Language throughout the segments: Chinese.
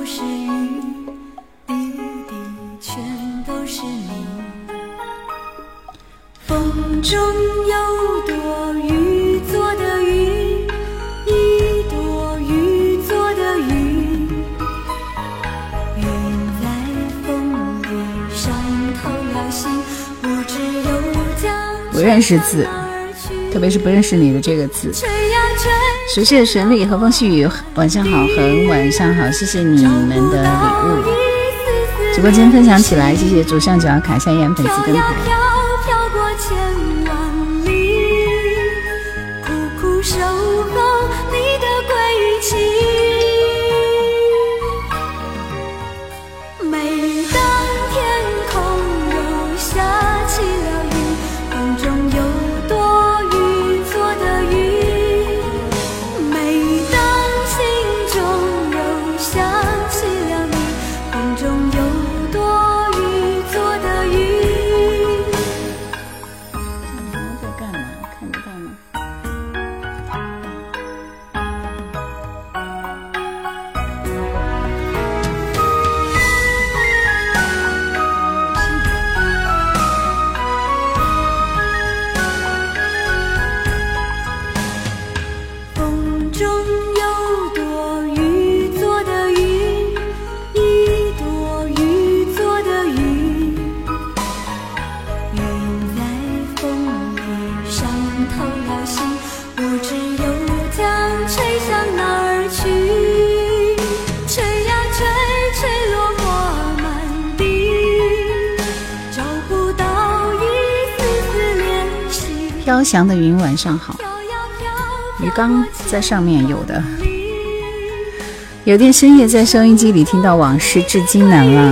都是雨，滴滴全都是你。风中有朵雨做的云，一朵雨做的云，云在风里伤透了心，我只有将不认识字，特别是不认识你的这个字。熟悉的旋律，和风细雨，晚上好，很晚上好，谢谢你们的礼物。直播间分享起来，谢谢左上角卡下一粉丝灯牌。 飘过千万里，苦苦守候你的归期。每当天空又下起了雨，风中有朵雨做的云，每当心中又想起了你，风中有朵雨做的云。 在干嘛？看得到吗？ 风中有朵雨做的云，一朵雨做的云，云在风里伤透了心，我只有将吹向哪儿去，吹呀吹，吹落花满地，找不到一丝丝联系。 飘翔的云，晚上好。鱼缸在上面有的，有天深夜在收音机里听到往事，至今难忘。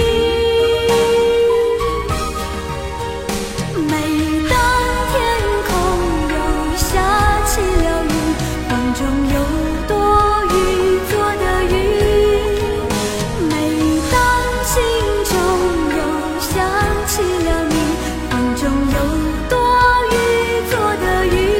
每当天空又下起了雨，风中有朵雨做的云，每当心中又想起了你，风中有朵雨做的云。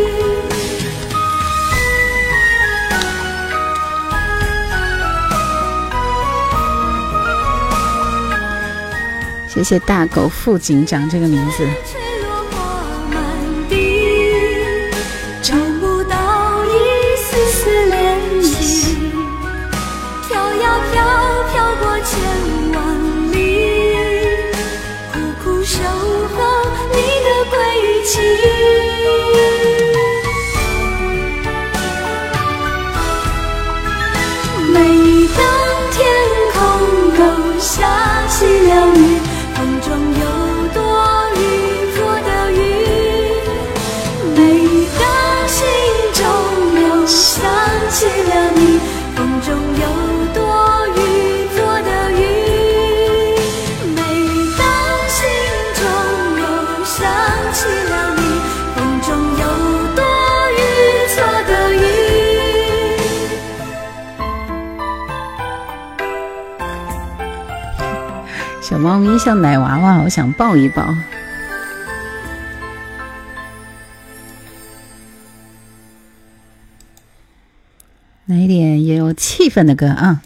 谢谢大狗副警长这个名字。 吹落花满地，找不到一丝丝联系，飘呀飘，飘过千万里，苦苦守候你的归期。每当天空又下起了雨，风中有朵雨做的云，每当心中又想起了你，风中有朵雨做的云，每当心中又想起了你，风中有朵雨做的云。 小猫咪像奶娃娃，我想抱一抱。来一点也有气氛的歌啊！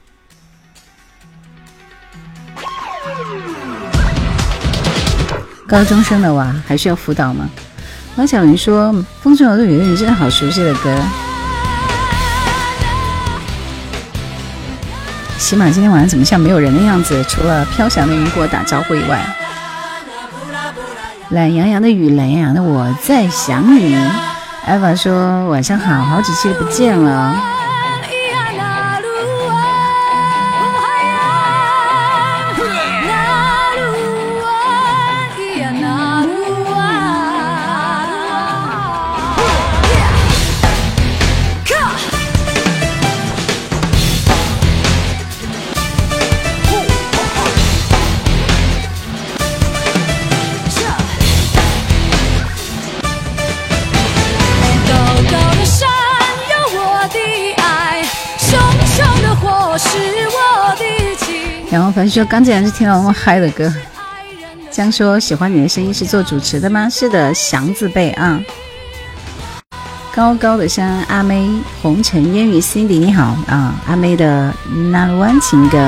高中生的娃还需要辅导吗？王小云说：“风中有朵雨的你真的好熟悉的歌。”起码今天晚上怎么像没有人的样子？除了飘翔的云给我打招呼以外，懒洋洋的雨，懒洋洋的我在想你。艾娃说晚上好，好几期不见了。然后反正说刚才是听到那么嗨的歌。江说喜欢你的声音是做主持的吗？是的，祥字辈啊。 高高的山，阿妹，红尘烟雨 Cindy 你好啊，阿妹的那鲁湾情歌。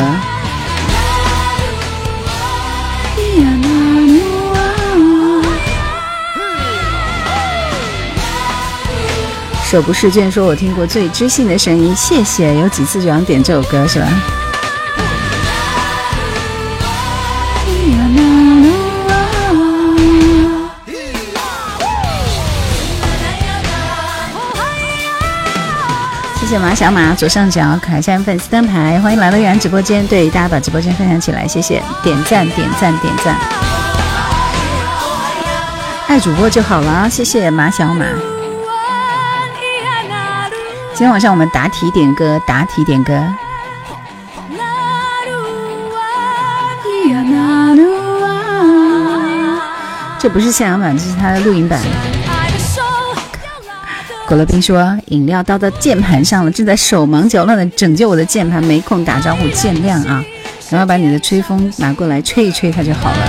手不释卷说我听过最知性的声音，谢谢。有几次就想点这首歌是吧？谢谢马小马，左上角卡山粉丝灯牌，欢迎来到原直播间。对，大家把直播间分享起来，谢谢，点赞点赞点赞，爱主播就好了，谢谢马小马。今天晚上我们答题点歌，答题点歌。这不是现场版，这是他的录音版。果乐冰说饮料倒到键盘上了，正在手忙脚乱的拯救我的键盘，没空打招呼，见谅啊。然后把你的吹风拿过来吹一吹它就好了。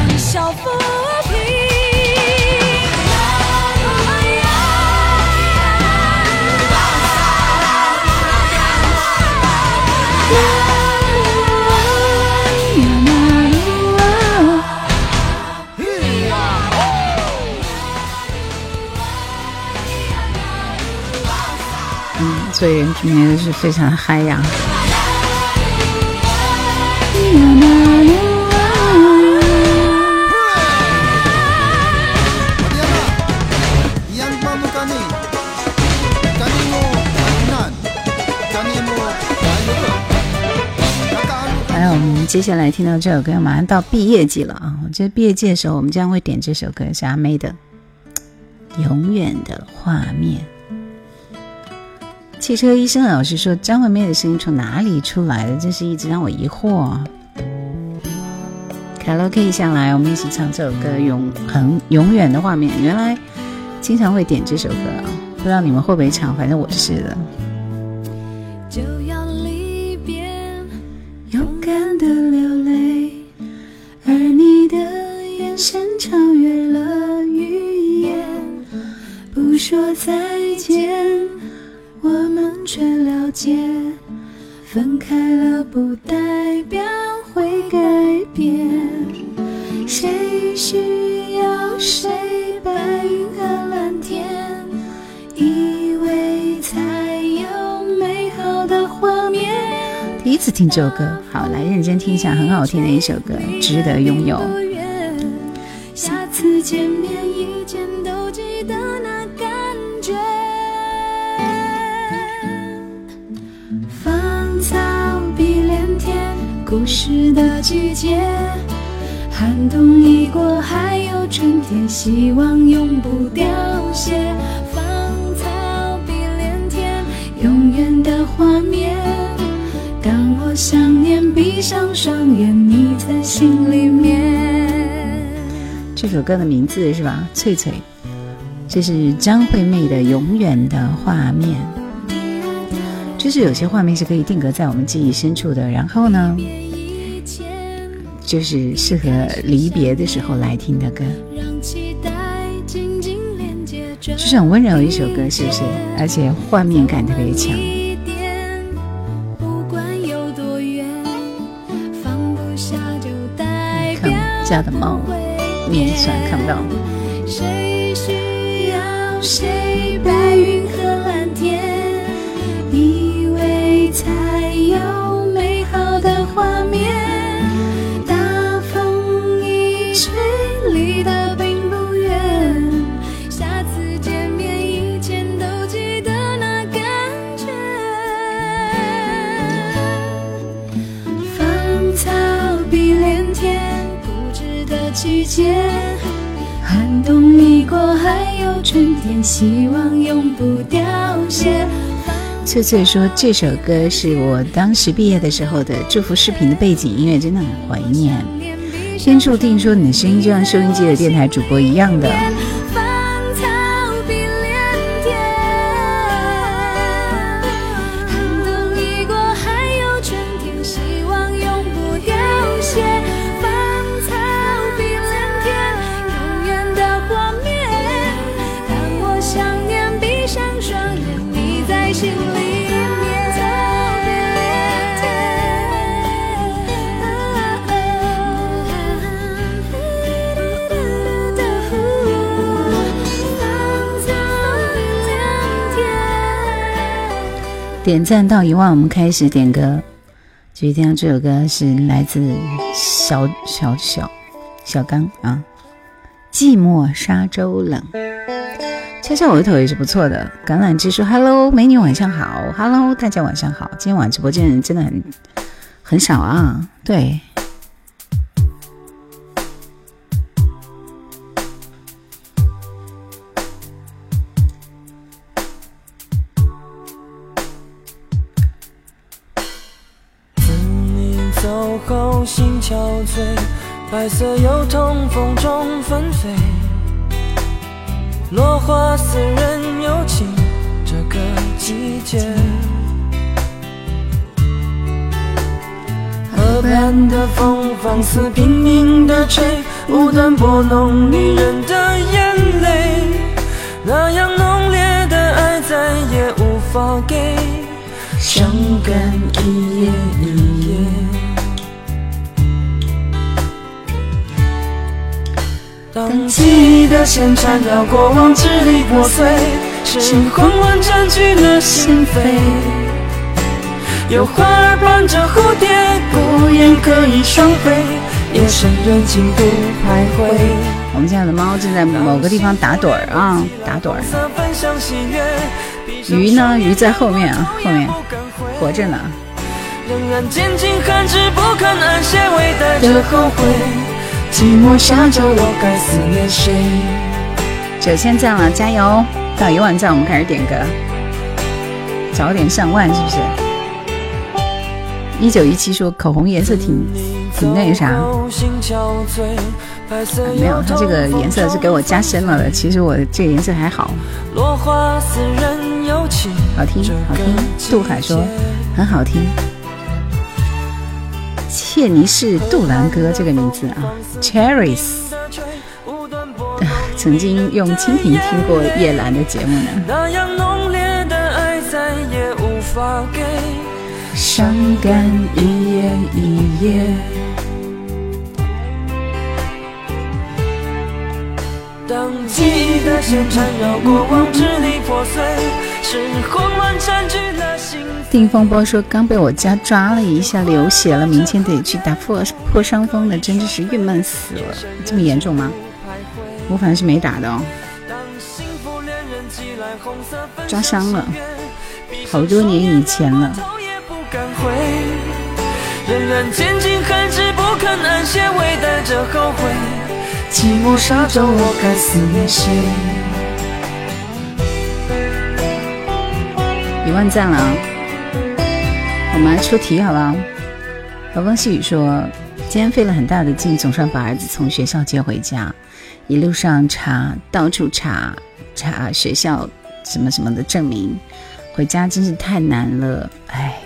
所以人今天是非常嗨呀！还有我们接下来听到这首歌，马上到毕业季了啊！我觉得毕业季的时候，我们将会点这首歌，是阿妹的《永远的画面》。汽车医生老师说张惠妹的声音从哪里出来的，这是一直让我疑惑。卡拉 OK 下来我们一起唱这首歌永远的画面。原来经常会点这首歌啊，不知道你们会不会唱，反正我是的。 就要离别，勇敢的流泪，而你的眼神超越了语言，不说再见我们却了解，分开了不代表会改变，谁需要谁，白云和蓝天，以为才有美好的画面。 第一次听这首歌，好，来认真听一下，很好听的一首歌，值得拥有。 下次见面一见都记得那感觉，故事的季节，寒冬已过，还有春天，希望永不凋谢。芳草碧连天，永远的画面。当我想念，闭上双眼，你在心里面。 这首歌的名字是吧？翠翠，这是张惠妹的《永远的画面》。就是有些画面是可以定格在我们记忆深处的，然后呢就是适合离别的时候来听的歌，就是很温柔的一首歌，是不是？而且画面感特别强。看我家的猫面酸看不到。 谁需要谁，白云和蓝天，以为才有美好的画面。大风一吹，离得并不远，下次见面以前都记得那感觉。芳草碧连天，不知的季节，寒冬已过，还有春天，希望永不凋谢。 翠翠说这首歌是我当时毕业的时候的祝福视频的背景音乐，真的很怀念。天注定说你的声音就像收音机的电台主播一样的。 双点赞到1万，我们开始点歌。继续听到这首歌是来自小刚啊，寂寞沙洲冷。敲敲我的头也是不错的。橄榄枝说 Hello 美女晚上好 Hello 大家晚上好。今天晚上直播间人真的很少啊。对， 走后心憔悴，白色油桐风中纷飞，落花似人有情这个季节。河畔的风放肆拼命地吹，无端拨弄女人的眼泪，那样浓烈的爱再也无法给，伤感一夜一夜。当记忆的线缠绕过往，支离破碎，是混乱占据了心扉。有花儿伴着蝴蝶，不言可以双飞，夜深人静独徘徊。 我们家的猫正在某个地方打盹儿啊，打盹儿。鱼呢？鱼在后面啊，后面活着呢。 仍然坚尽寒枝不肯安歇，微带着后悔。寂寞沙洲，我该思念谁 ？9000赞了，加油！到1万赞，我们开始点歌，早点上万是不是？1917说口红颜色挺那啥、没有，它这个颜色是给我加深了的，其实我这个颜色还好。好听，好听。杜海说很好听。切尼是杜兰歌这个名字啊 ，Cherries， 曾经用蜻蜓听过叶兰的节目呢。 那样浓烈的爱再也无法给， 伤感一夜一夜。 当记忆的线缠绕过往，支离破碎，是混乱占据了心。 定风波说刚被我家抓了一下，流血了，明天得去打破伤风的，真的是郁闷死了。这么严重吗？我反正是没打的哦。抓伤了，好多年以前了。 仍然坚尽寒枝不肯安歇，微带着后悔。寂寞沙洲，我该思念谁 ？1万赞了啊！我们来出题好了。和风细雨说，今天费了很大的劲，总算把儿子从学校接回家，一路上到处查学校什么什么的证明，回家真是太难了，哎。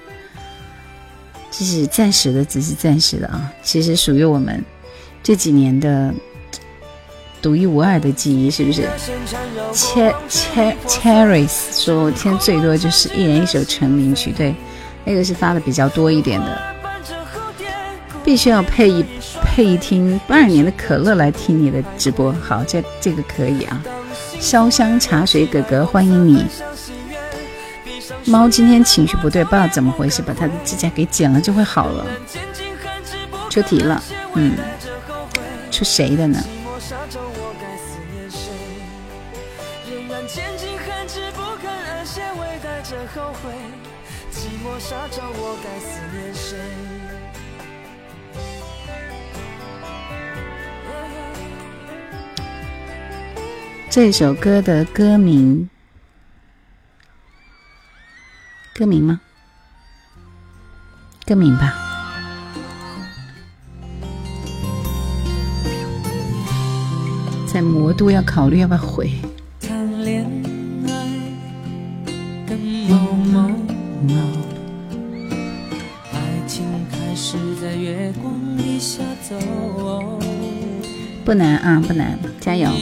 这是暂时的，只是暂时的啊！其实属于我们这几年的独一无二的记忆，是不是 ？Cherries 说，我听最多就是一人一首成名曲，对，那个是发的比较多一点的。必须要配一听82年的可乐来听你的直播，好，这个可以啊。烧香茶水哥哥，欢迎你。猫今天情绪不对，不知道怎么回事，把它的指甲给剪了就会好了。出题了，出谁的呢？这首歌的歌名吗？歌名吧。在魔都要考虑要不要回。 谈恋爱跟某某某，爱情开始在月光底下走。 不难啊，不难，加油！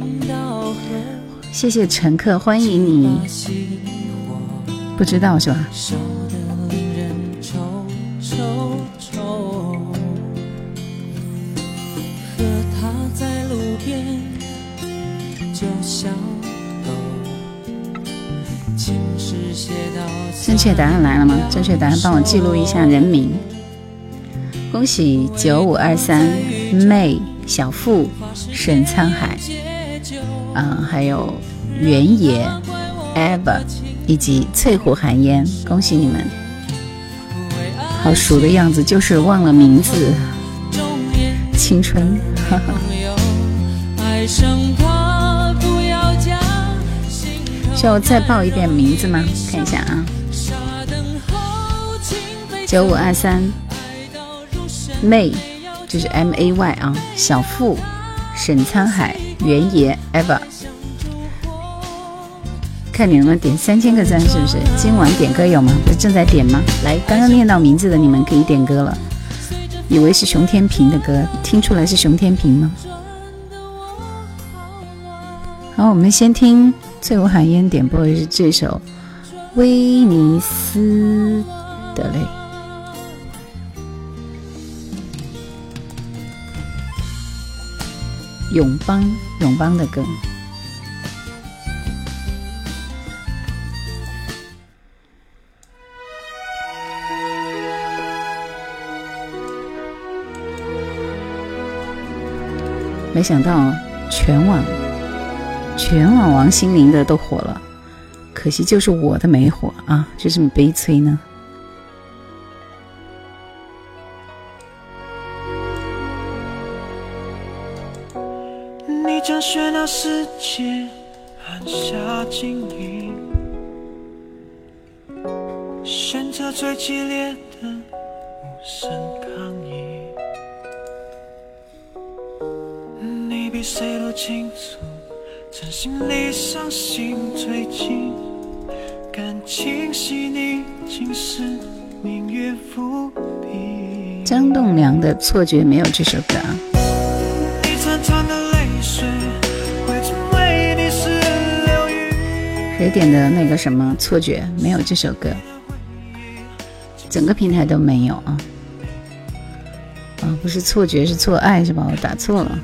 谢谢乘客，欢迎你。不知道是吧？ 和他在路边就小楼，情诗写到正确答案来了吗？正确答案帮我记录一下人名。恭喜9523妹、小付、沈沧海，还有原野 Eva 以及翠湖寒烟，恭喜你们！好熟的样子，就是忘了名字。青春，哈哈。需要我再报一遍名字吗？看一下啊，9523妹就是 MAY 啊，小付、沈沧海、原野 Eva。看你能不能点3000个赞，是不是？今晚点歌有吗？不是正在点吗？来，刚刚念到名字的你们可以点歌了。以为是熊天平的歌，听出来是熊天平吗？好，我们先听翠湖寒烟点播的是这首《威尼斯的泪》。永邦的歌。没想到全网王心凌的都火了，可惜就是我的没火啊，就这么悲催呢。 你将喧闹世界按下静音，选择最激烈的无声抗议。你比谁都清楚，真心里伤心最近，感情细腻，竟是命运伏笔。 张栋梁的《错觉》没有这首歌啊。 你潺潺的泪水会成为你是流雨。 谁点的那个什么《错觉》没有这首歌，整个平台都没有啊。不是错觉是错爱是吧？我打错了。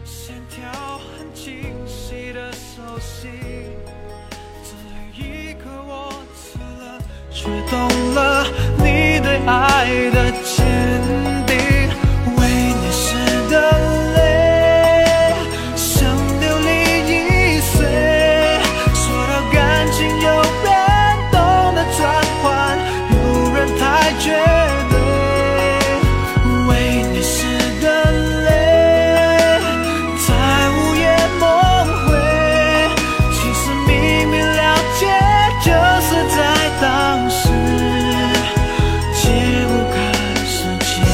却懂了你对爱的坚定，为你湿的泪像流离易碎，说到感情有人懂得转换，有人太绝对，为你湿的泪在午夜梦回，其实明明了解，就是在当时解不开世界。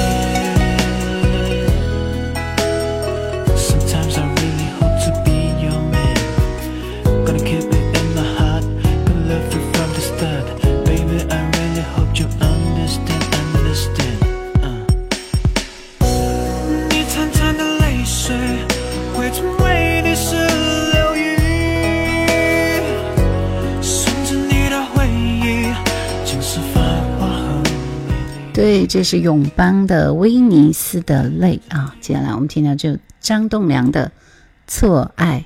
Sometimes I really hope to be your man, gonna keep it in my heart, gonna love you from the start. Baby, I really hope you understand. 你潺潺的泪水会成为你是流雨，顺着你的回忆，竟是繁华和美丽。 对，这是永邦的《威尼斯的泪》啊。接下来我们听到就张栋梁的《错爱》。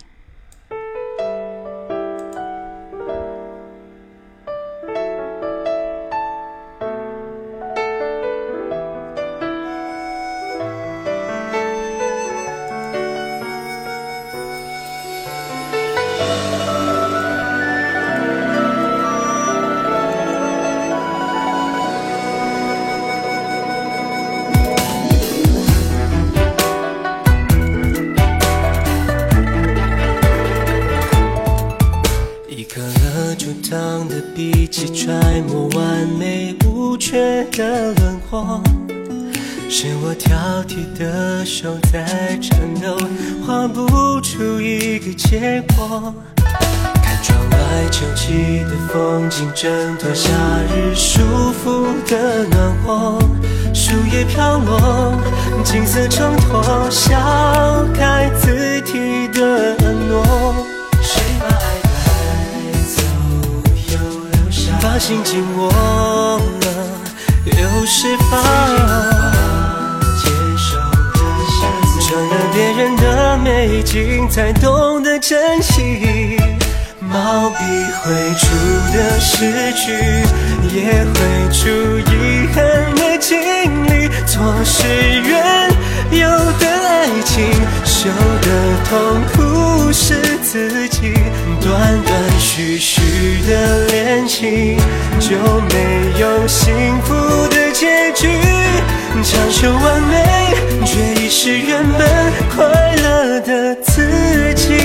一颗热煮汤的笔记，揣摩完美无缺的轮廓，是我挑剔的手在颤抖，画不出一个结果。看窗外秋季的风景，挣脱夏日束缚的暖和，树叶飘落，景色挣脱，笑开自己的诺。谁把爱带走，又留下，把心紧握了，又释放，接受的相思，穿了别人的美景，才懂得珍惜。毛笔绘出的诗句， 也会出遗憾的经历，错是缘，有的爱情，受的痛苦是自己，断断续续的恋情就没有幸福的结局，强求完美却遗失原本快乐的自己。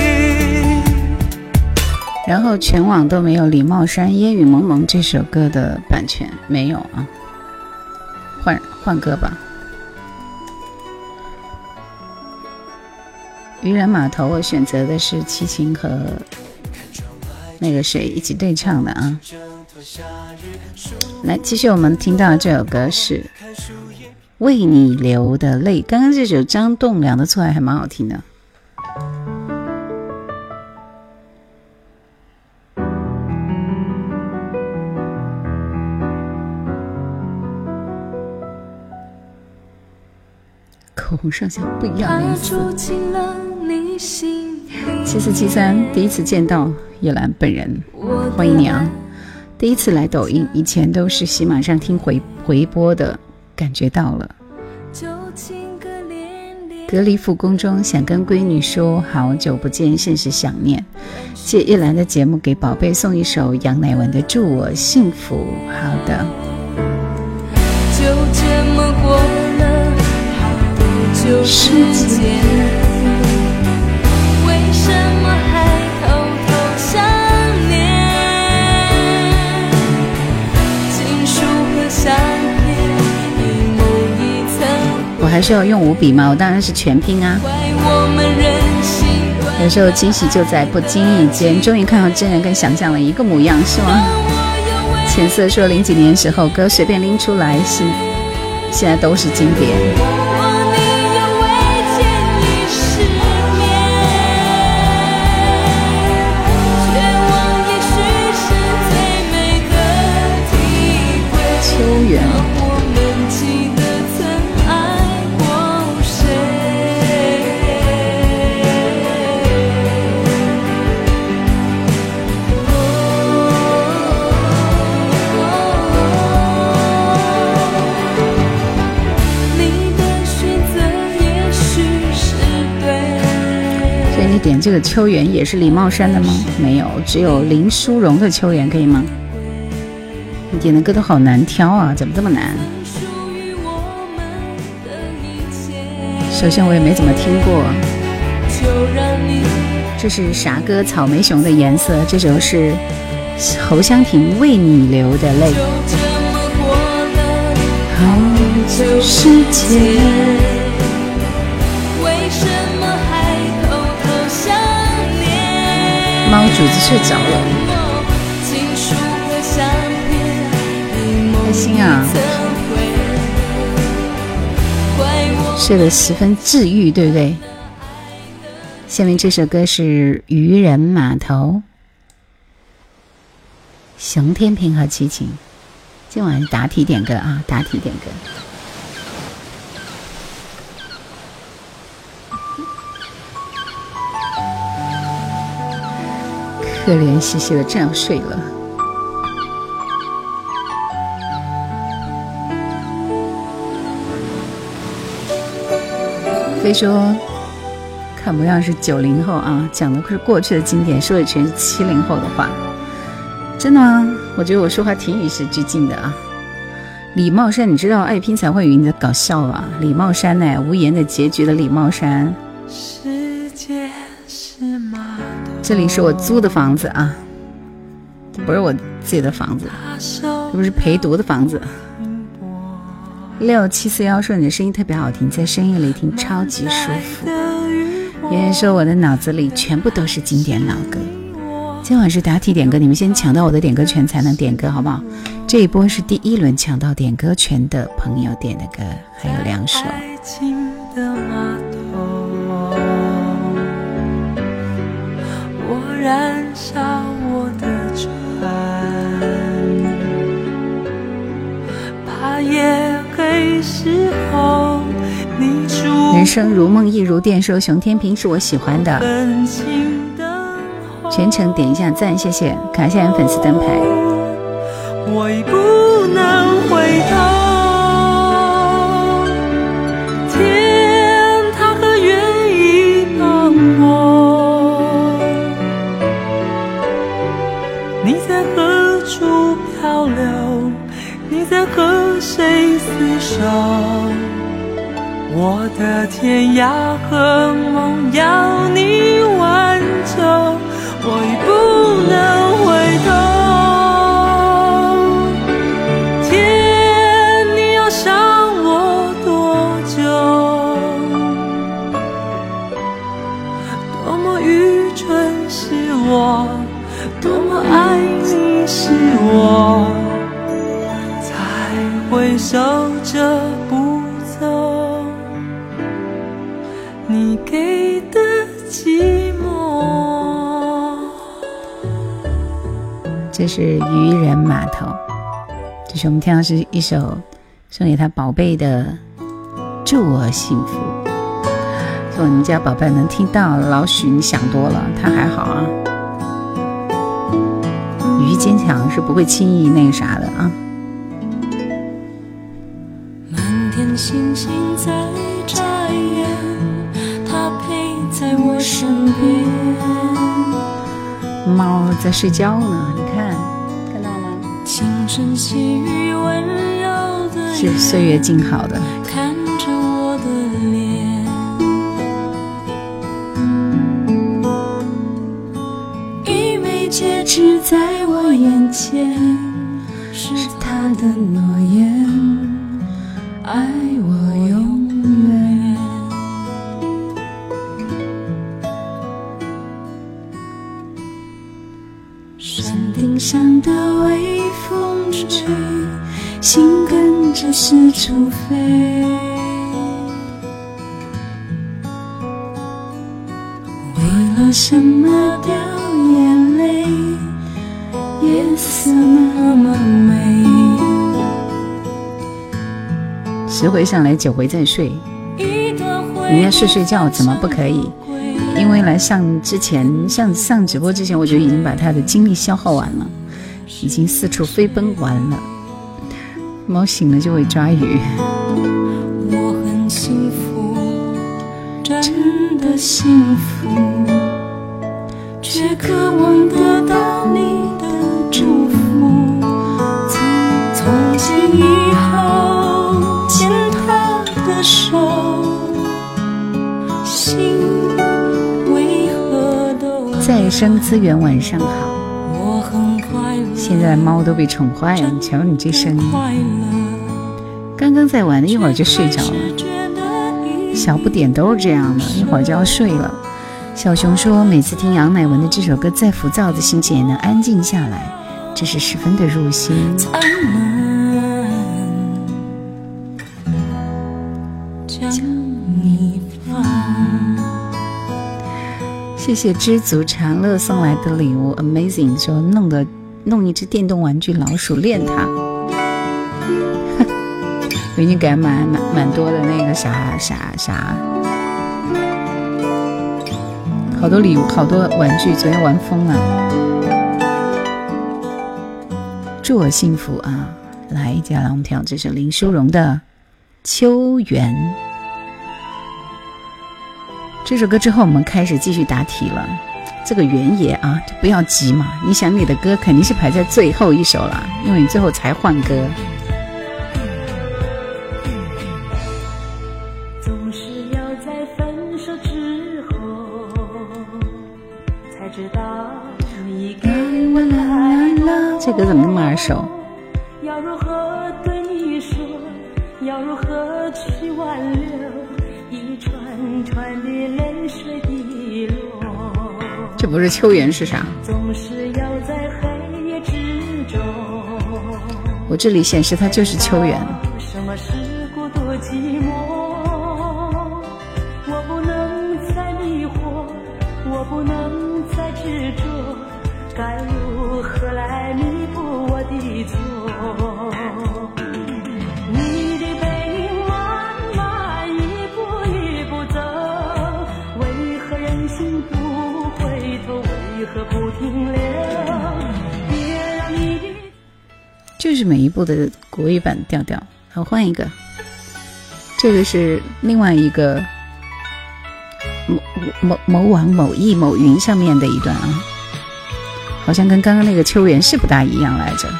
然后全网都没有李茂山烟雨蒙蒙这首歌的版权，没有啊，换歌吧。渔人码头我选择的是齐秦和那个谁一起对唱的啊。来继续，我们听到这首歌是为你流的泪，刚刚这首张栋梁的错爱还蛮好听的。口红上下不一样的颜色。7473第一次见到叶兰本人，欢迎你啊！第一次来抖音，以前都是喜马上听回播的，感觉到了。隔离复工中，想跟闺女说好久不见，甚是想念。借叶兰的节目给宝贝送一首杨乃文的《祝我幸福》。好的。 就这么过了好多久时间，为什么还偷偷想念？情书和相片一梦一层， 我还是要用五笔吗？我当然是全拼啊。有时候惊喜就在不经意间，终于看到真人跟想象的一个模样，是吗？浅色说零几年时候歌随便拎出来，现在都是经典。秋园你点这个秋园也是李茂山的吗？没有，只有林淑荣的秋园，可以吗？你点的歌都好难挑啊，怎么这么难？首先我也没怎么听过。这是啥歌？草莓熊的颜色。这首是侯湘婷为你流的泪。好久时间。猫主子睡着了，开心啊！睡得十分治愈，对不对？下面这首歌是渔人码头，熊天平和齐秦。今晚答题点歌啊，答题点歌。可怜兮兮的这样睡了。非说看不像是90后啊，讲的是过去的经典，说的全是70后的话。真的吗？我觉得我说话挺与时俱进的啊。李茂山，你知道爱拼才会赢的搞笑吧？李茂山呢，无言的结局的李茂山。这里是我租的房子啊，这不是我自己的房子，这不是陪读的房子。6741说你的声音特别好听，在深夜里听超级舒服。圆圆说我的脑子里全部都是经典老歌。今晚是答题点歌，你们先抢到我的点歌权才能点歌，好不好？这一波是第一轮抢到点歌权的朋友点的歌，还有2首。 燃烧我的船，怕夜黑时候你人生如梦亦如电，说熊天平是我喜欢的，全程点一下赞，谢谢，感谢粉丝灯牌。 我已不能回头。天，它何愿意帮我？你在何处漂流？你在和谁厮守？我的天涯和梦要你挽救，我已不能回头。天，你要伤我多久？多么愚蠢是我，多么爱你是我，才会守着不走你给的寂寞。 这是渔人码头，这是我们听到是一首送给他宝贝的祝我幸福。说你们家宝贝能听到，老许你想多了，他还好啊。鱼坚强是不会轻易那个啥的啊。 满天星星在眨眼，他陪在我身边。 猫在睡觉呢，你看到吗？ 轻声细语温柔的是岁月静好的。 看着我的脸，一枚戒指在我眼前，是他的诺言，爱我永远。山顶上的微风吹，心跟着四处飞。为了什么掉眼泪？夜色那么美。 10回上来9回再睡，人家睡觉怎么不可以？因为来上直播之前，我就已经把他的精力消耗完了，已经四处飞奔完了。猫醒了就会抓鱼。 我很幸福，真的幸福，却渴望得到你的祝福。从今以后牵他的手，心为何都再生资源晚上好。 我很快乐， 现在猫都被宠坏了，你瞧你这声音。刚刚在玩的，一会儿就睡着了。小不点都是这样的，一会儿就要睡了。小熊说，每次听杨乃文的这首歌，再浮躁的心情也能安静下来，这是十分的入心。谢谢知足常乐送来的礼物 Amazing 说弄一只电动玩具老鼠练它。我已经给他蛮多的那个啥好多礼物好多玩具，昨天玩疯了。祝我幸福啊！来，接下来我们听这是林淑荣的秋园。这首歌之后我们开始继续答题了。这个原野啊，就不要急嘛，你想你的歌肯定是排在最后一首了，因为你最后才换歌。 总是要在分手之后才知道你给我来了。 这歌怎么那么耳熟？ 要如何对你说，要如何去挽留一串串的泪水滴落。 这不是秋园是啥？ 总是要在黑夜之中， 我这里显示它就是秋园。 什么是孤独寂寞？我不能再迷惑，我不能再执着，该如何来弥补我的错？你的背影慢慢一步一步走，为何人心不回头？为何不停留？别让你的就是每一部的国语版调调。好，换一个，这个是另外一个某网某易某云上面的一段啊，好像跟刚刚那个秋园是不大一样来着。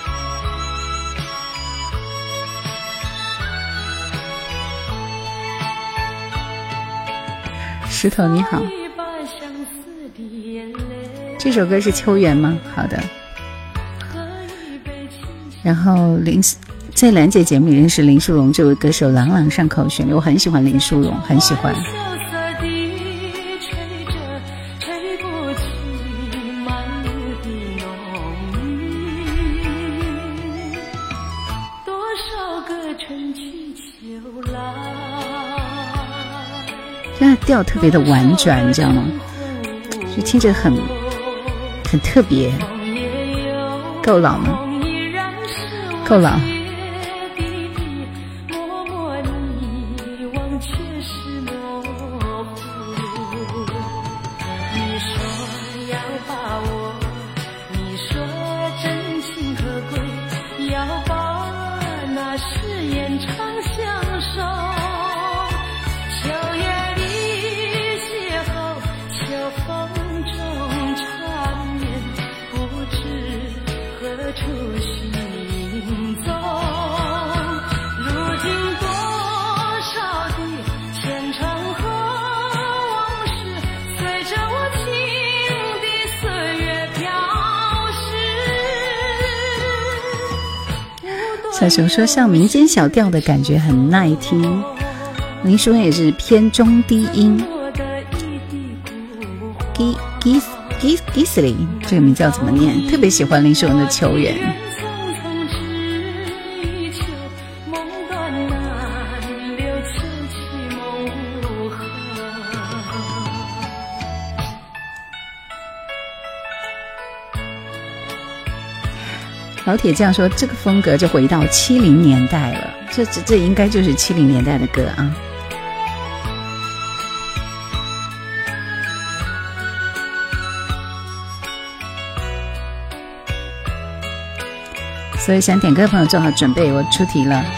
石头你好，这首歌是秋园吗？好的。然后在兰姐节目里认识林淑荣这位歌手，朗朗上口旋律，我很喜欢林淑荣，很喜欢。这调特别的婉转，你知道吗？就听着很特别。够老吗？够老。小熊说像民间小调的感觉很耐听，林淑荣也是偏中低音。Gisli 这个名字要怎么念？特别喜欢林淑荣的球员。老铁这样说，这个风格就回到70年代了，这应该就是70年代的歌啊。所以想点歌的朋友做好准备，我出题了。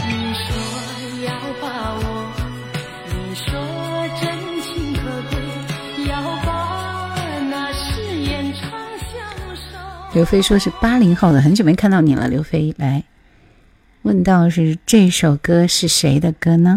刘飞说是80后的，很久没看到你了，刘飞。来问到是这首歌是谁的歌呢？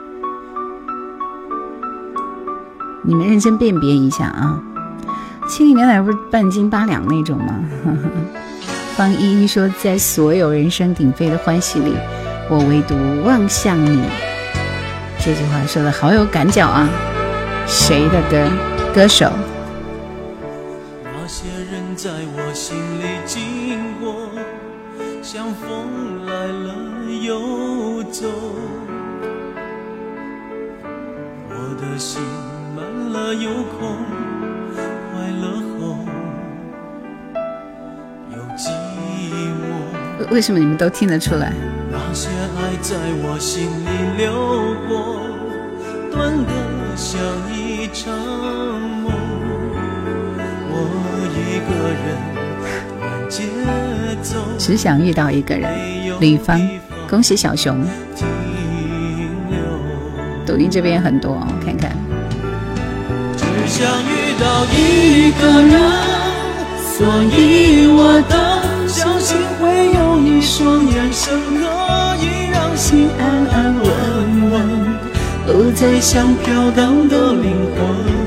你们认真辨别一下啊。70年代不是半斤8两那种吗？方依依说在所有人声鼎沸的欢喜里，我唯独望向你。这句话说的好有感脚啊。谁的歌？歌手那些人在我心里经过，像风来了又走，我的心满了又空，快乐后又寂寞。 为什么你们都听得出来？ 那些爱在我心里流过，短得像一场梦，一个人慢节奏， 只想遇到一个人。吕方，恭喜小熊。抖音这边很多，我看看。 只想遇到一个人，所以我的相信会有一双眼神可以让心安安稳稳，不再像飘荡的灵魂。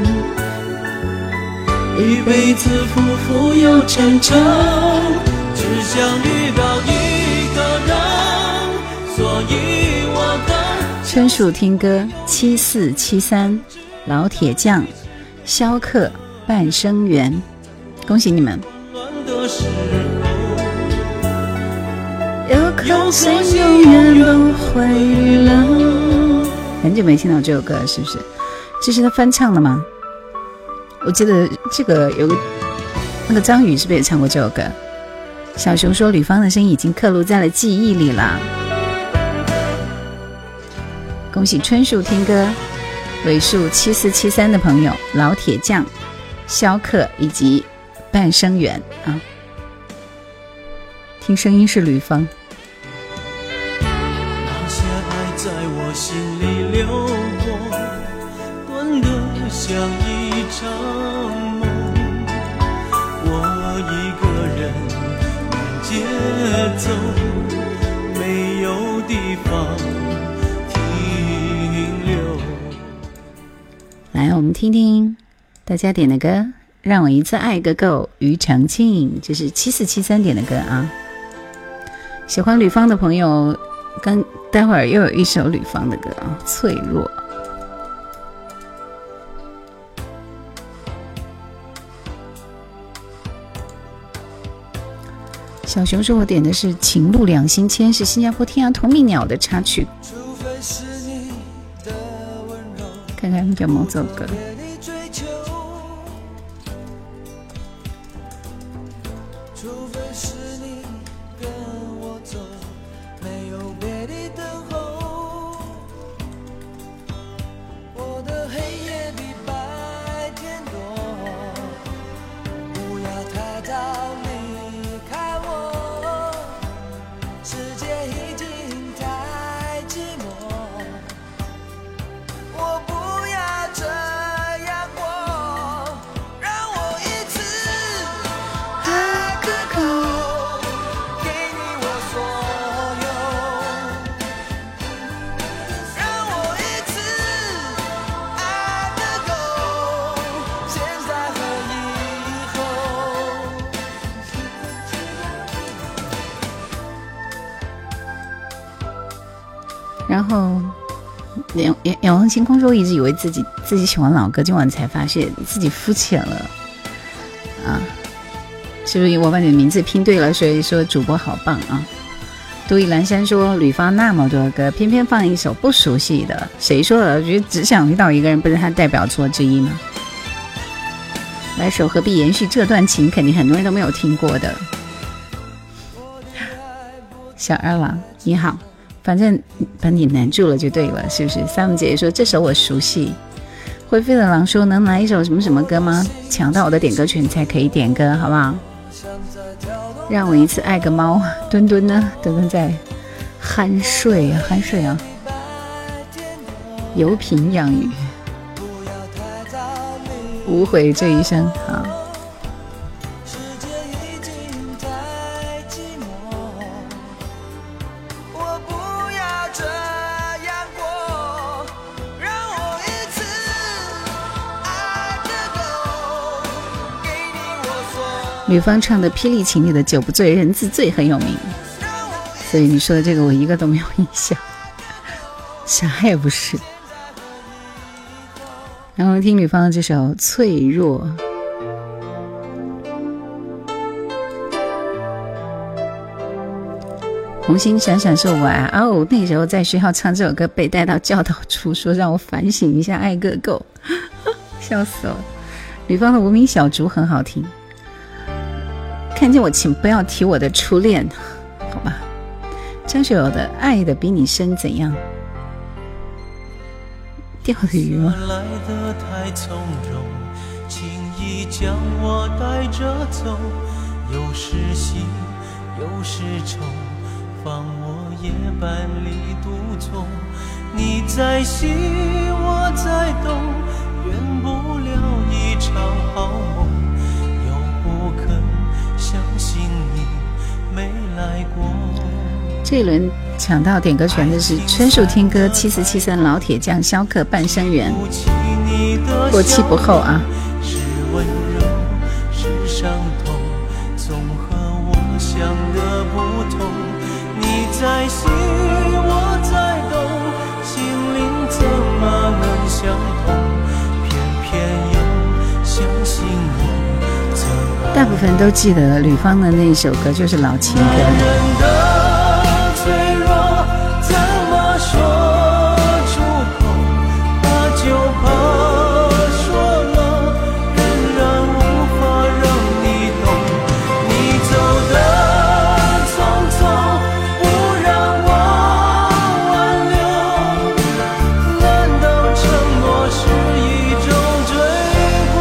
一辈子浮浮又沉沉，只想遇到一个人，所以我的春树听歌7473，老铁匠，萧克，半生缘，恭喜你们。有颗心永远不会冷。很久没听到这首歌了，是不是？这是他翻唱的吗？我记得这个有个那个张宇是不是也唱过这首歌？小熊说吕方的声音已经刻录在了记忆里了。恭喜春树听歌尾数7473的朋友，老铁匠、萧克以及半生缘啊。 听声音是吕方。 那些爱在我心里流过，短得像一场梦，我一个人慢节奏，没有地方停留。 来，我们听听大家点的歌，让我一次爱个够，庾澄庆，这是7473点的歌啊。喜欢吕方的朋友，待会儿又有一首吕方的歌啊，脆弱。小熊说我点的是情路两心牵，是新加坡天涯同命鸟的插曲，看看有没有这首歌。然后仰望星空说一直以为自己喜欢老歌，今晚才发现自己肤浅了啊！是不是我把你的名字拼对了？所以说主播好棒啊！独倚阑珊说吕方那么多歌，偏偏放一首不熟悉的，谁说的？我觉得只想遇到一个人，不是他代表作之一吗？来首何必延续这段情，肯定很多人都没有听过的。小二郎你好，反正把你难住了就对了，是不是？Sam 姐姐说这首我熟悉。灰飞的狼说能来一首什么什么歌吗？抢到我的点歌权才可以点歌，好不好？让我一次爱个猫。墩墩呢？墩墩在酣睡啊，酣睡啊。油瓶养鱼，无悔这一生啊。吕方唱的《霹雳情》里的酒不醉人自醉很有名，所以你说的这个我一个都没有印象，啥也不是。然后听吕方的这首《脆弱》。红星闪闪说我啊，哦，那时候在学校唱这首歌被带到教导处，说让我反省一下爱个够，笑死我。吕方的《无名小卒》很好听。看见我请不要提我的初恋，好吧。张学友的爱的比你深怎样？钓的鱼吗？ 来得太从容，轻易将我带着走，有时喜有时愁，放我夜半里独从。你在西我在东，圆不了一场好梦，又不肯相信你没来过。 这一轮抢到点歌权的是春树听歌7473老铁匠萧克半生缘，过期不候啊。 是温柔是伤痛，总和我想的不同。你在西我在东，心灵怎么能相同？偏偏又相信我。 大部分都记得吕方的那首歌就是老情歌。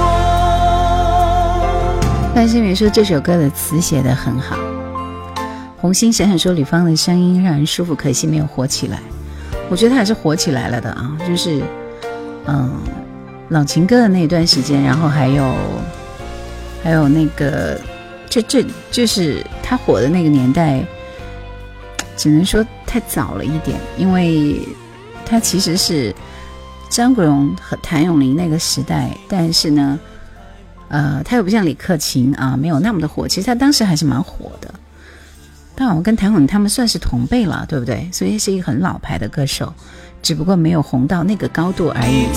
范新宇说这首歌的词写得很好。 红心闪闪说吕方的声音让人舒服，可惜没有火起来。我觉得他还是火起来了的啊，就是老情歌的那段时间，然后还有那个这就是他火的那个年代，只能说太早了一点，因为他其实是张国荣和谭咏麟那个时代，但是呢他又不像李克勤啊，没有那么的火，其实他当时还是蛮火的。但我跟谭咏麟他们算是同辈了，对不对？所以是一个很老牌的歌手，只不过没有红到那个高度而已。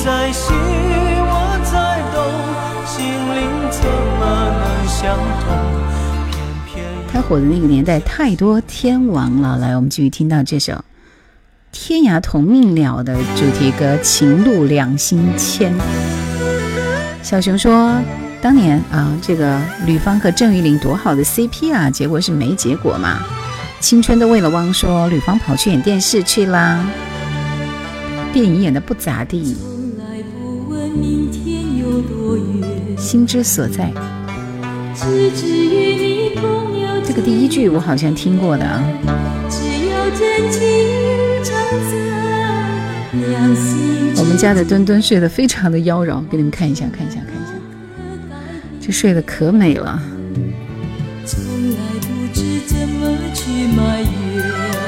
他火的那个年代太多天王了。来，我们继续听到这首《天涯同命了》的主题歌《情路两心牵》。小熊说当年啊，这个吕方和郑裕玲多好的 CP 啊，结果是没结果嘛。青春的为了汪说吕方跑去演电视去啦，电影演得不咋地。心之所在，这个第一句我好像听过的啊。我们家的墩墩睡得非常的妖娆，给你们看一下，这睡得可美了。从来不知怎么去埋怨，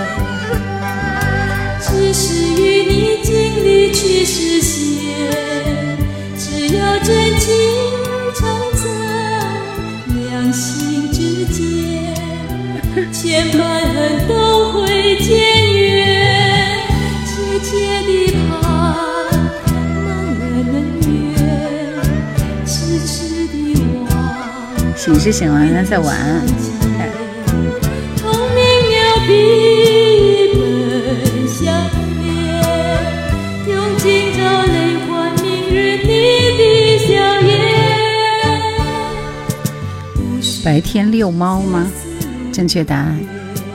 只是与你经历去实现，只要真情常在两心之间，千般恨都会渐远，切切地盼梦儿能圆，痴痴地望。醒是醒了，那再晚安。同命了笔本相连，用今朝泪换明日你的笑颜。白天遛猫吗？正确答案。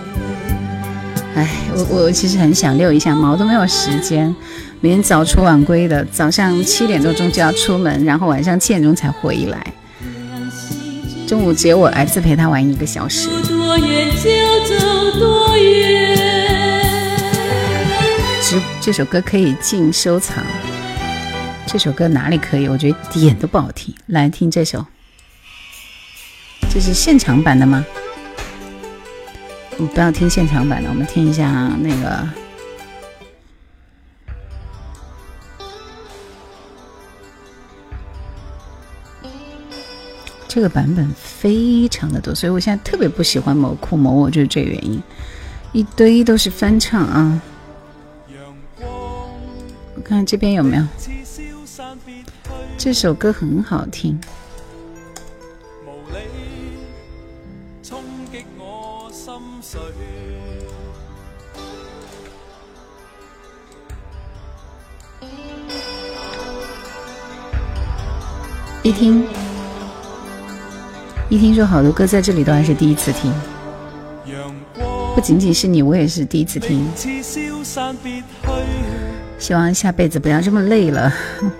我其实很想遛一下猫，都没有时间。每天早出晚归的，早上7点多钟就要出门，然后晚上7点钟才回来。中午只有我儿子陪他玩1个小时。多远就走多远。这首歌可以进收藏。这首歌哪里可以？我觉得一点都不好听。来听这首，这是现场版的吗？我们不要听现场版的，我们听一下那个。这个版本非常的多，所以我现在特别不喜欢某酷某我，就是这个原因，一堆都是翻唱啊。我看这边有没有，这首歌很好听。一听说好多歌在这里都还是第一次听，不仅仅是你，我也是第一次听。希望下辈子不要这么累了。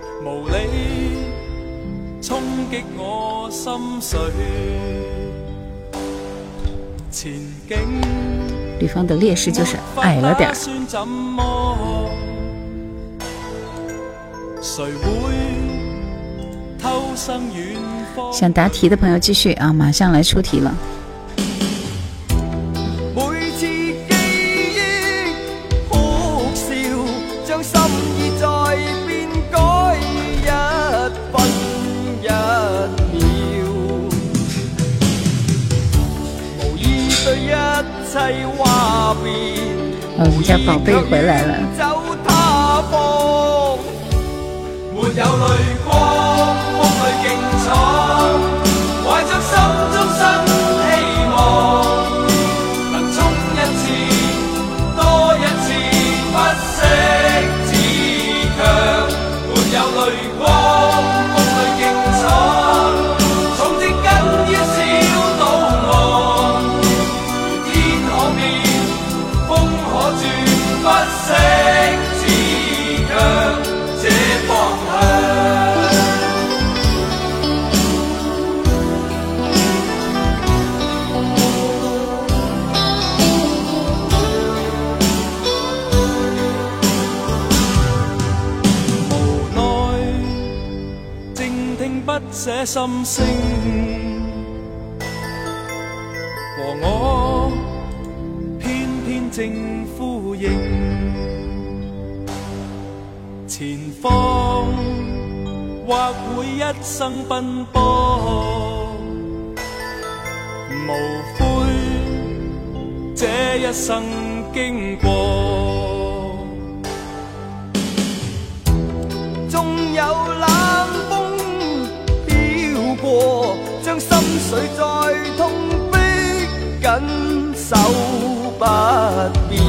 吕方的劣势就是矮了点。想答题的朋友继续啊，马上来出题了。每次記憶哭笑，將心意再變改1分1秒，無意對一切話別。我們家寶貝回來了。走他方，沒有淚光。懷着心中新希望，能衝一次多一次，不息自強，沒有淚光，風裏競闖，從植根於小島岸，天可變，風可轉，不息自強，這方向。 寫心聲，和我偏偏正呼應，前方或會一生奔波，無悔這一生經過，縱有冷風飄過，將心碎再痛逼緊手不變，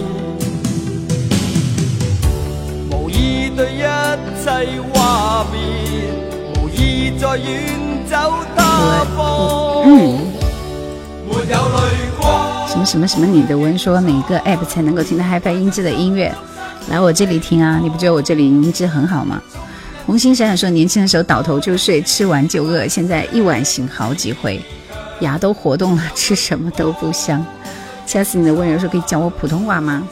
無意對一切話別，無意再遠走他方，沒有淚光。 什么什么什么女的问说哪个 app 才能够听到 HiFi 音质的音乐？来我这里听啊！你不觉得我这里音质很好吗？红星闪闪说年轻的时候倒头就睡，吃完就饿，现在一晚醒好几回，牙都活动了，吃什么都不香。下次你的温柔说可以教我普通话吗？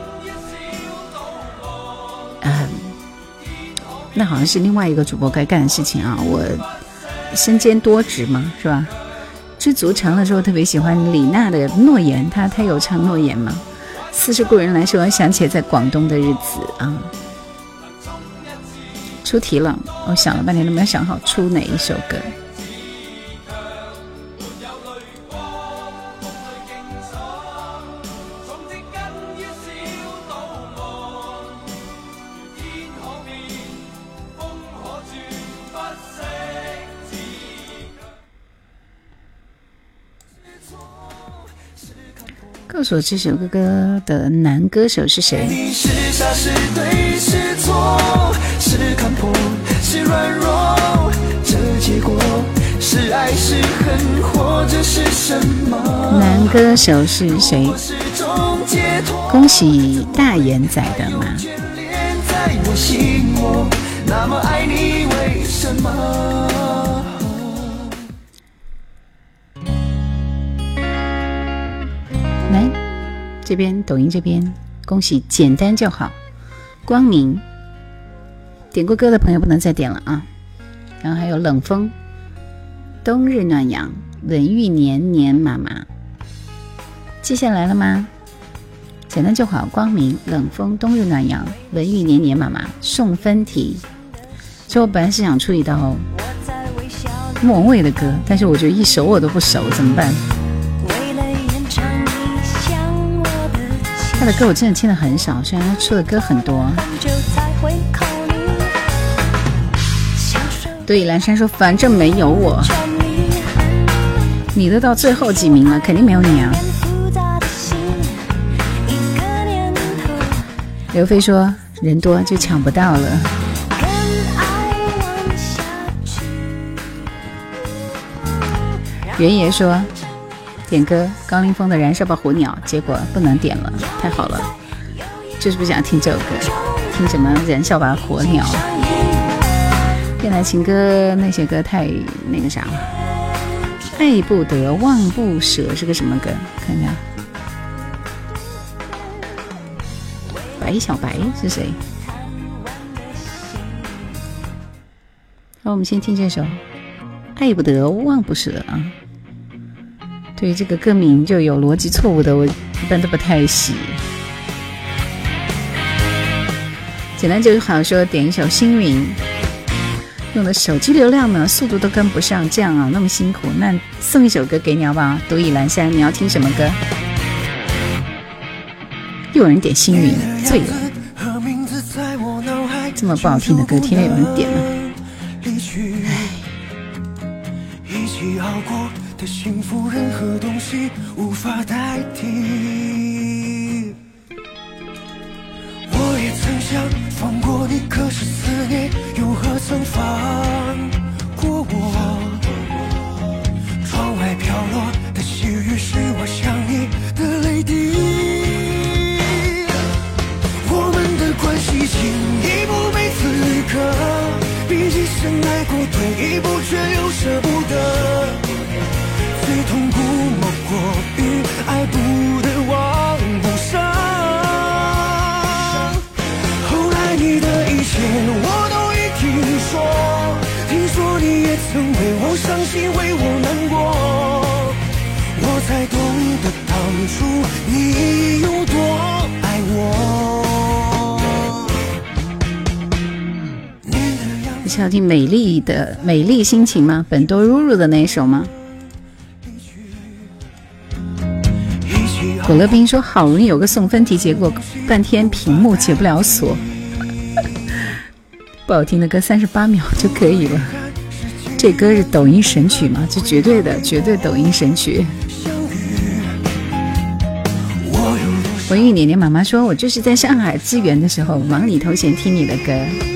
那好像是另外一个主播该干的事情啊。我身兼多职嘛，是吧？知足常乐说特别喜欢李娜的诺言，她有唱诺言吗？似是故人来说想起在广东的日子啊。出题了，我想了半天都没有想好出哪一首歌。告诉我这首歌歌的男歌手是谁？ 是傻是对是错，是看破是软弱，这结果是爱是恨或者是什么？ 男歌手是谁？恭喜大眼仔的嘛。 那么爱你为什么？ 来这边抖音这边恭喜简单就好光明，点过歌的朋友不能再点了啊。然后还有冷风冬日暖阳文玉年年妈妈，记下来了吗？简单就好光明冷风冬日暖阳文玉年年妈妈送分题。所以我本来是想出一道莫文蔚的歌，但是我觉得一首我都不熟，怎么办？他的歌我真的听得很少，虽然他出的歌很多。对蓝山说反正没有我，你都到最后几名了，肯定没有你啊。刘飞说人多就抢不到了。袁爷说点歌高凌风的燃烧吧火鸟，结果不能点了，太好了，就是不想听这首歌，听什么燃烧吧火鸟，电台情歌那些歌太那个啥了。爱不得忘不舍是个什么歌？看一下，白小白是谁？好，我们先听这首爱不得忘不舍啊。对于这个歌名就有逻辑错误的，我一般都不太喜。简单就好说点一首星云，用的手机流量呢速度都跟不上，这样啊那么辛苦，那送一首歌给你好不好？独倚阑珊，你要听什么歌？又有人点星云，醉了，这么不好听的歌天天有人点了。 一起熬过的幸福，任何东西无法代替。我也曾想放过你，可是思念又何曾放过我？窗外飘落的细雨是我想你的泪滴。我们的关系进一步没资格，毕竟深爱过，退一步却又舍不得。最痛苦莫过于爱不得忘不舍。后来你的一切我都已听说，听说你也曾初你有多爱我。 你是要听美丽的美丽心情吗？本多入入的那一首吗？古乐斌说好容易有个送分题，结果半天屏幕解不了锁。不好听的歌38秒就可以了。这歌是抖音神曲吗？这绝对的，绝对抖音神曲。文玉年年妈妈说，我就是在上海资源的时候忙里偷闲听你的歌。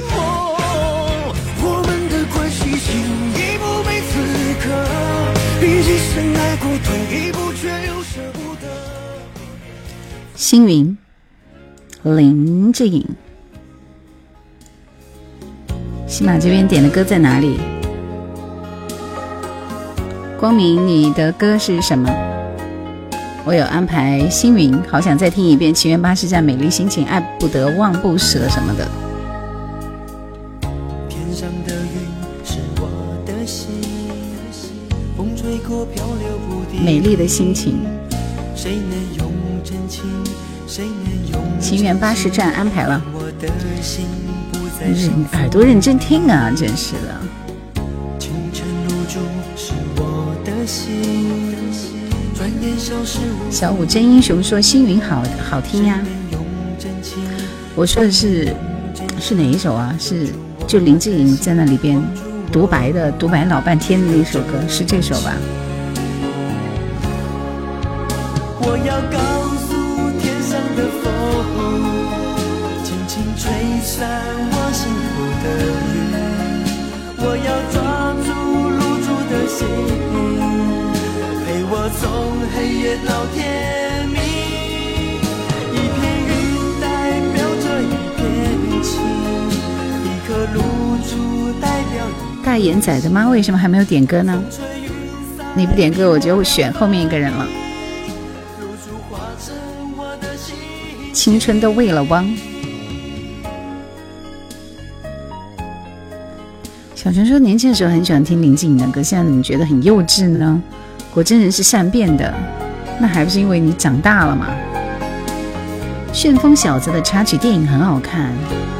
我们的关系进一步被此刻，毕竟深爱过，退一步却又舍不得。 星云，林志颖。喜马这边点的歌在哪里？光明，你的歌是什么？我有安排星云，好想再听一遍情缘巴士站美丽心情，爱不得忘不舍什么的。 天上的云是我的心，风吹过漂流不定， 美丽的心情。 谁能用真情，谁能用情缘巴士站安排了。耳朵认真听啊，真是的。 清晨露珠是我的心，转眼消失无。 小五真英雄说星云好听呀。我说的是哪一首啊？是就林志颖在那里边独白老半天的那首歌，是这首吧？ 我要告诉天上的风，轻轻吹散我幸福的云。我要抓住露珠的心，陪我从黑夜到天明。一片云代表着一片情，一颗露珠代表一。 大眼仔的妈为什么还没有点歌呢？你不点歌我就选后面一个人了。青春都为了汪。小陈说年轻的时候很喜欢听林志颖的歌，现在怎么觉得很幼稚呢？果真人是善变的，那还不是因为你长大了吗？旋风小子的插曲电影很好看，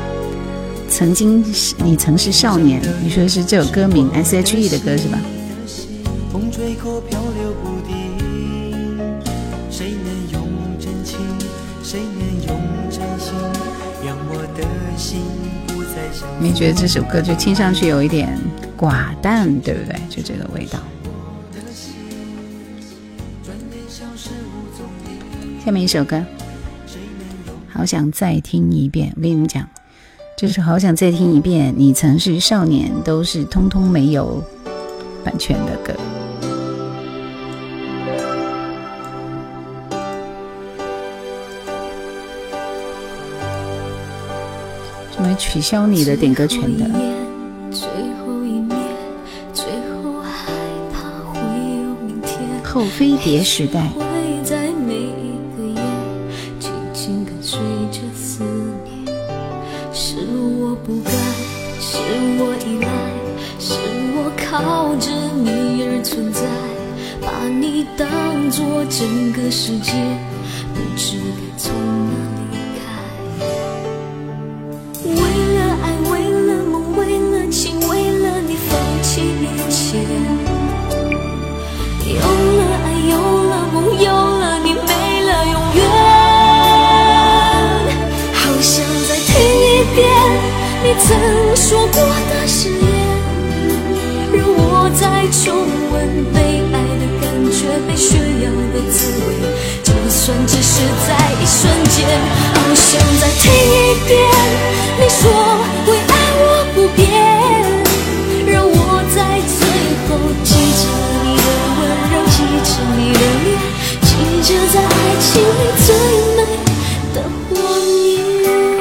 你曾是少年，你说的是这首歌名 SHE 的歌是吧？ 风吹过漂流不定，谁能用真情，谁能用真心，让我的心不再想。 没觉得这首歌就听上去有一点寡淡，对不对？就这个味道。下面一首歌好想再听一遍，我跟你们讲，就是好想再听一遍你曾是少年，都是通通没有版权的歌。怎么取消你的点歌权的？ 最后一面，最后害怕会有明天。 后飞碟时代。 会在每一个夜，紧紧跟随着思念。是我不该，是我依赖，是我靠着你而存在，把你当作整个世界，不知该从哪里开。为了爱，为了梦，为了情，为了你放弃一切。有了爱，有了梦，有了你，没了永远。好想再听一遍你曾说过的誓言，让我再重温被爱的感觉，被炫耀的滋味，就算只是在一瞬间。好想再听一遍你说会爱我不变，让我在最后记着你的温柔，记着你的脸，记着在爱情里最美的谎言。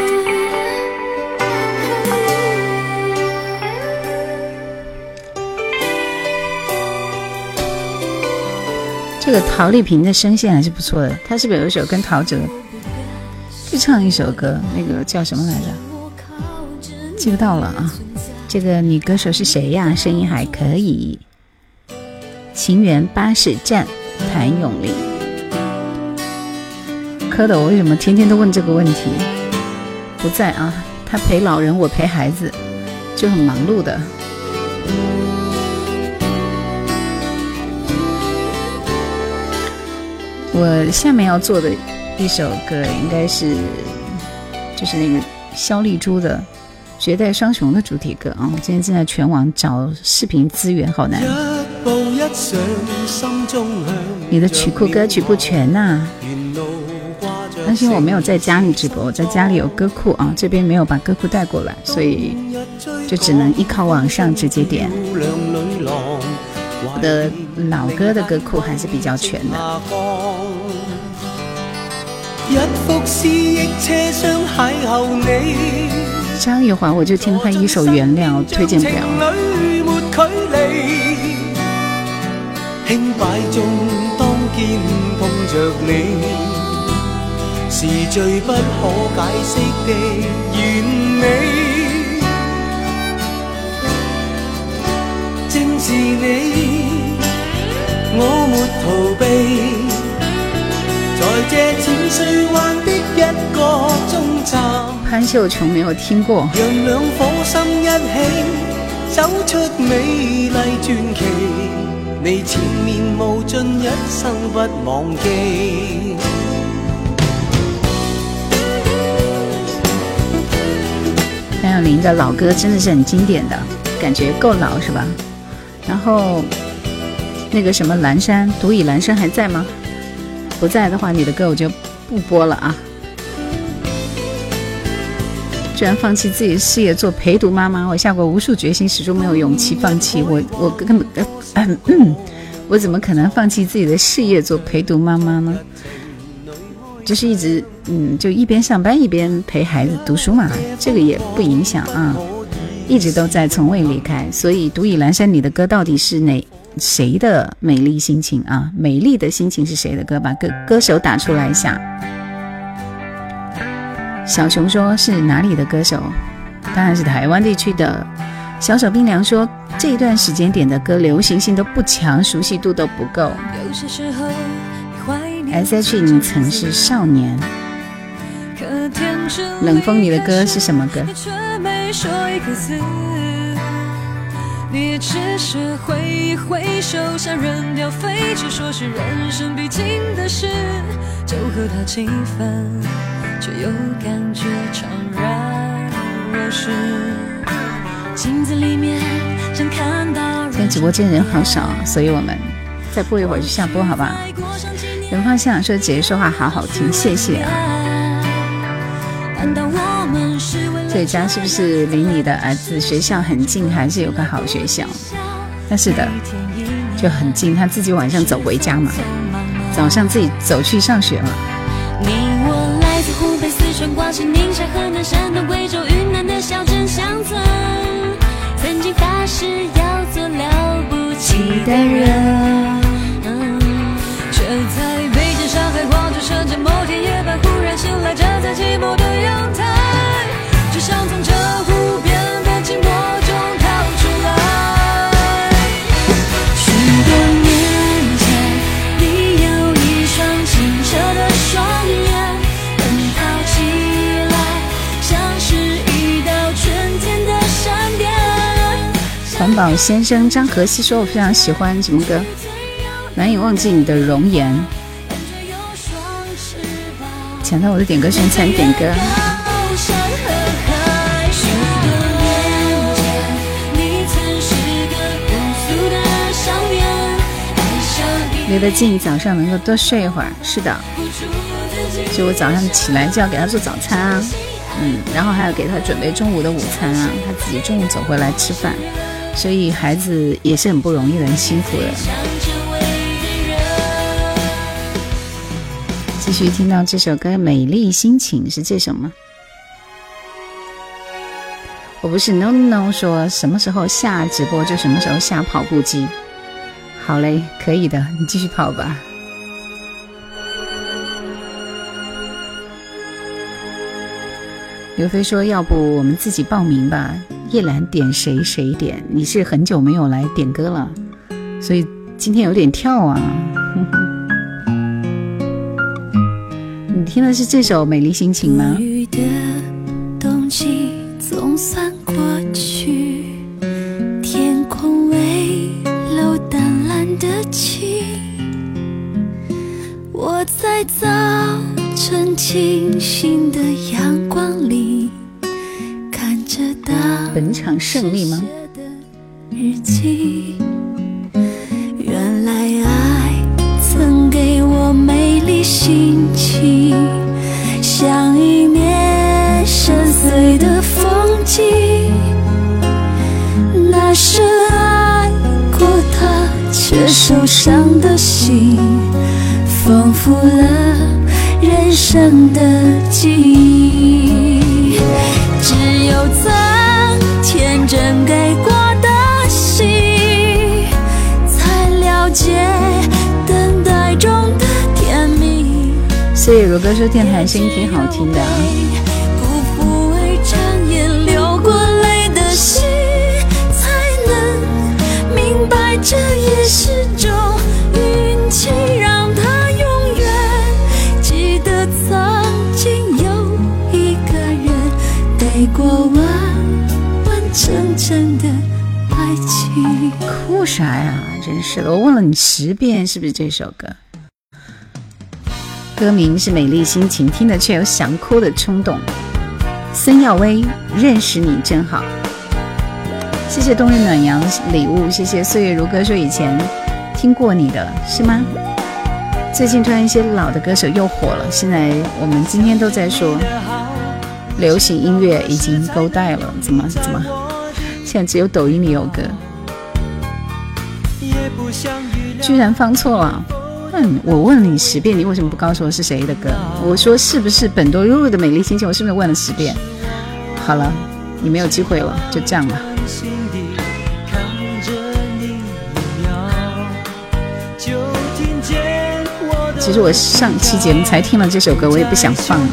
这个陶丽萍的声线还是不错的，她是不是有一首跟陶喆就唱一首歌，那个叫什么来着？记不到了啊。这个女歌手是谁呀？声音还可以。情缘巴士站，谭咏麟。 蝌蚪为什么天天都问这个问题？不在啊，他陪老人，我陪孩子，就很忙碌的。我下面要做的一首歌应该是就是那个肖丽珠的《绝代双雄》的主题歌啊！我今天正在全网找视频资源，好难。你的曲库歌曲不全呐，但是因为我没有在家里直播，我在家里有歌库啊，这边没有把歌库带过来，所以就只能依靠网上直接点。我的老歌的歌库还是比较全的。张玉华，我就听他一首《原谅》，推荐不了。 轻摆中當肩碰着你，是最不可解釋的完美。正是你，我沒逃避，在這淺水灣的一個終站。 潘秀瓊沒有聽過。 讓兩顆心一起走出美麗傳奇。你前面無盡，一生不忘記。 潘晓玲的老歌真的是很经典的，感觉够老是吧？然后那个什么蓝山，独倚蓝山还在吗？不在的话，你的歌我就不播了啊。居然放弃自己的事业做陪读妈妈，我下过无数决心，始终没有勇气放弃。我根本我怎么可能放弃自己的事业做陪读妈妈呢？就是一直就一边上班一边陪孩子读书嘛，这个也不影响啊，一直都在，从未离开。所以独倚阑珊里的歌到底是谁的美丽心情啊？美丽的心情是谁的歌？把歌手打出来一下。小熊说是哪里的歌手？当然是台湾地区的。小手冰凉说这一段时间点的歌流行性都不强，熟悉度都不够。SH 你曾是少年。冷风你的歌是什么歌？你只是挥一挥手，像扔掉废纸，说是人生必经的事，就和他气氛却又感觉怅然若失。镜子里面想看到人，今天直播间人好少，所以我们再播一会儿就下播好吧。人方向说姐姐说话好好听，谢谢啊。这家是不是离你的儿子学校很近，还是有个好学校？那是的，就很近，他自己晚上走回家嘛，早上自己走去上学嘛。你我来自湖北、四川、广西、宁夏、河南、山东、贵州、云南的小镇乡村，曾经发誓要做了不起的人，却在北京、上海、广州、深圳某天夜半忽然醒来，站在寂寞的阳台，只想从这无边的寂寞中逃出来。许多年前，你有一双清澈的双眼，奔跑起来像是一道春天的闪电。环保先生张和熙说我非常喜欢什么歌？难以忘记你的容颜。抢到我的点歌选才点歌。离得近，早上能够多睡一会儿。是的，所以我早上起来就要给他做早餐啊，然后还要给他准备中午的午餐啊，他自己中午走回来吃饭，所以孩子也是很不容易的，很辛苦的。继续听到这首歌《美丽心情》，是这首吗？我不是 no 说什么时候下直播就什么时候下跑步机。好嘞，可以的，你继续跑吧。刘飞说要不我们自己报名吧，叶兰点谁谁点，你是很久没有来点歌了，所以今天有点跳啊。你听的是这首《美丽心情》吗？ 雨的冬季总算过去，天空微露淡蓝的晴，我在早晨清新的阳光里看着本场胜利吗？ 日记，原来爱曾给我美丽心情，像一面深邃的风景。那深爱过他却受伤的心，丰富了人生的记忆。只有曾天真给过的心，才了解等待中的甜蜜。 所以如歌说电台声音挺好听的啊。 不负为trang眼流过泪的心，才能明白这也是种运气，让他永远记得曾经有一个人给过完完整整的爱情。 哭啥呀？真是的，我问了你10遍，是不是这首歌？歌名是《美丽心情》，听的却有想哭的冲动。孙耀威，认识你真好。谢谢冬日暖阳礼物，谢谢岁月如歌说以前听过你的是吗？最近突然一些老的歌手又火了，现在我们今天都在说流行音乐已经勾带了，怎么现在只有抖音里有歌，居然放错了。我问你10遍，你为什么不告诉我是谁的歌？我说是不是本多露露的美丽心情，我是不是问了10遍？好了，你没有机会了，就这样吧。其实我上期节目才听了这首歌，我也不想放了。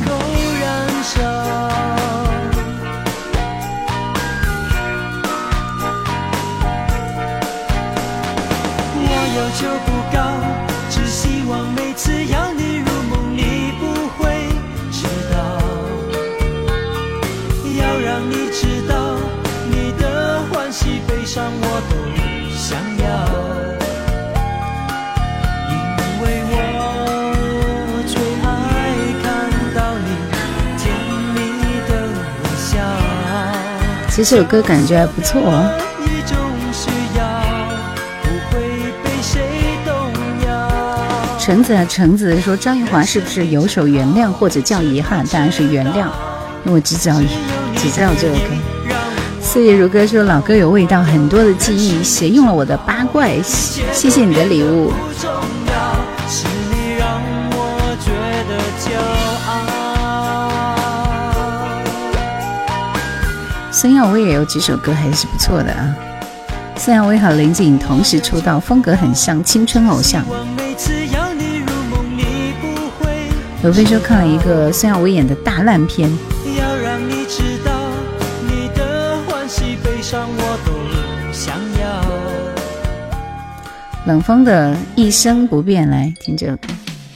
其实这首歌感觉还不错哦。橙子说张玉华是不是有首原谅或者叫遗憾？当然是原谅，因为我只知道这首歌。四月如歌说老歌有味道，很多的记忆，谁用了我的八怪？谢谢你的礼物。孙耀威也有几首歌还是不错的啊。孙耀威和林子颖同时出道，风格很像青春偶像。有飞说看了一个孙耀威演的大烂片，冷风的一生不变，来听这首歌。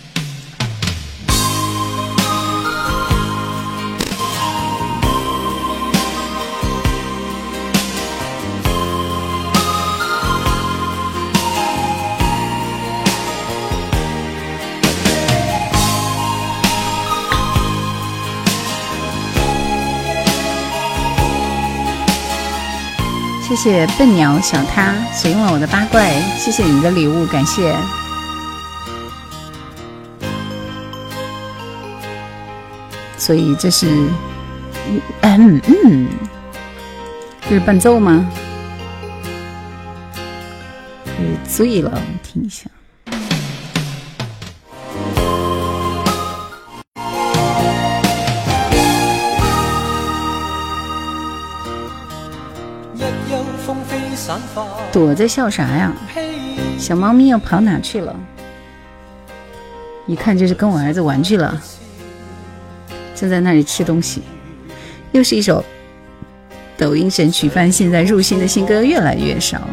谢谢笨鸟小他使用了我的八怪，谢谢你的礼物，感谢。所以这是这是伴奏吗？醉了，听一下。躲在笑啥呀？小猫咪要跑哪去了？一看就是跟我儿子玩去了，正在那里吃东西。又是一首抖音神曲，发现现在入新的新歌越来越少。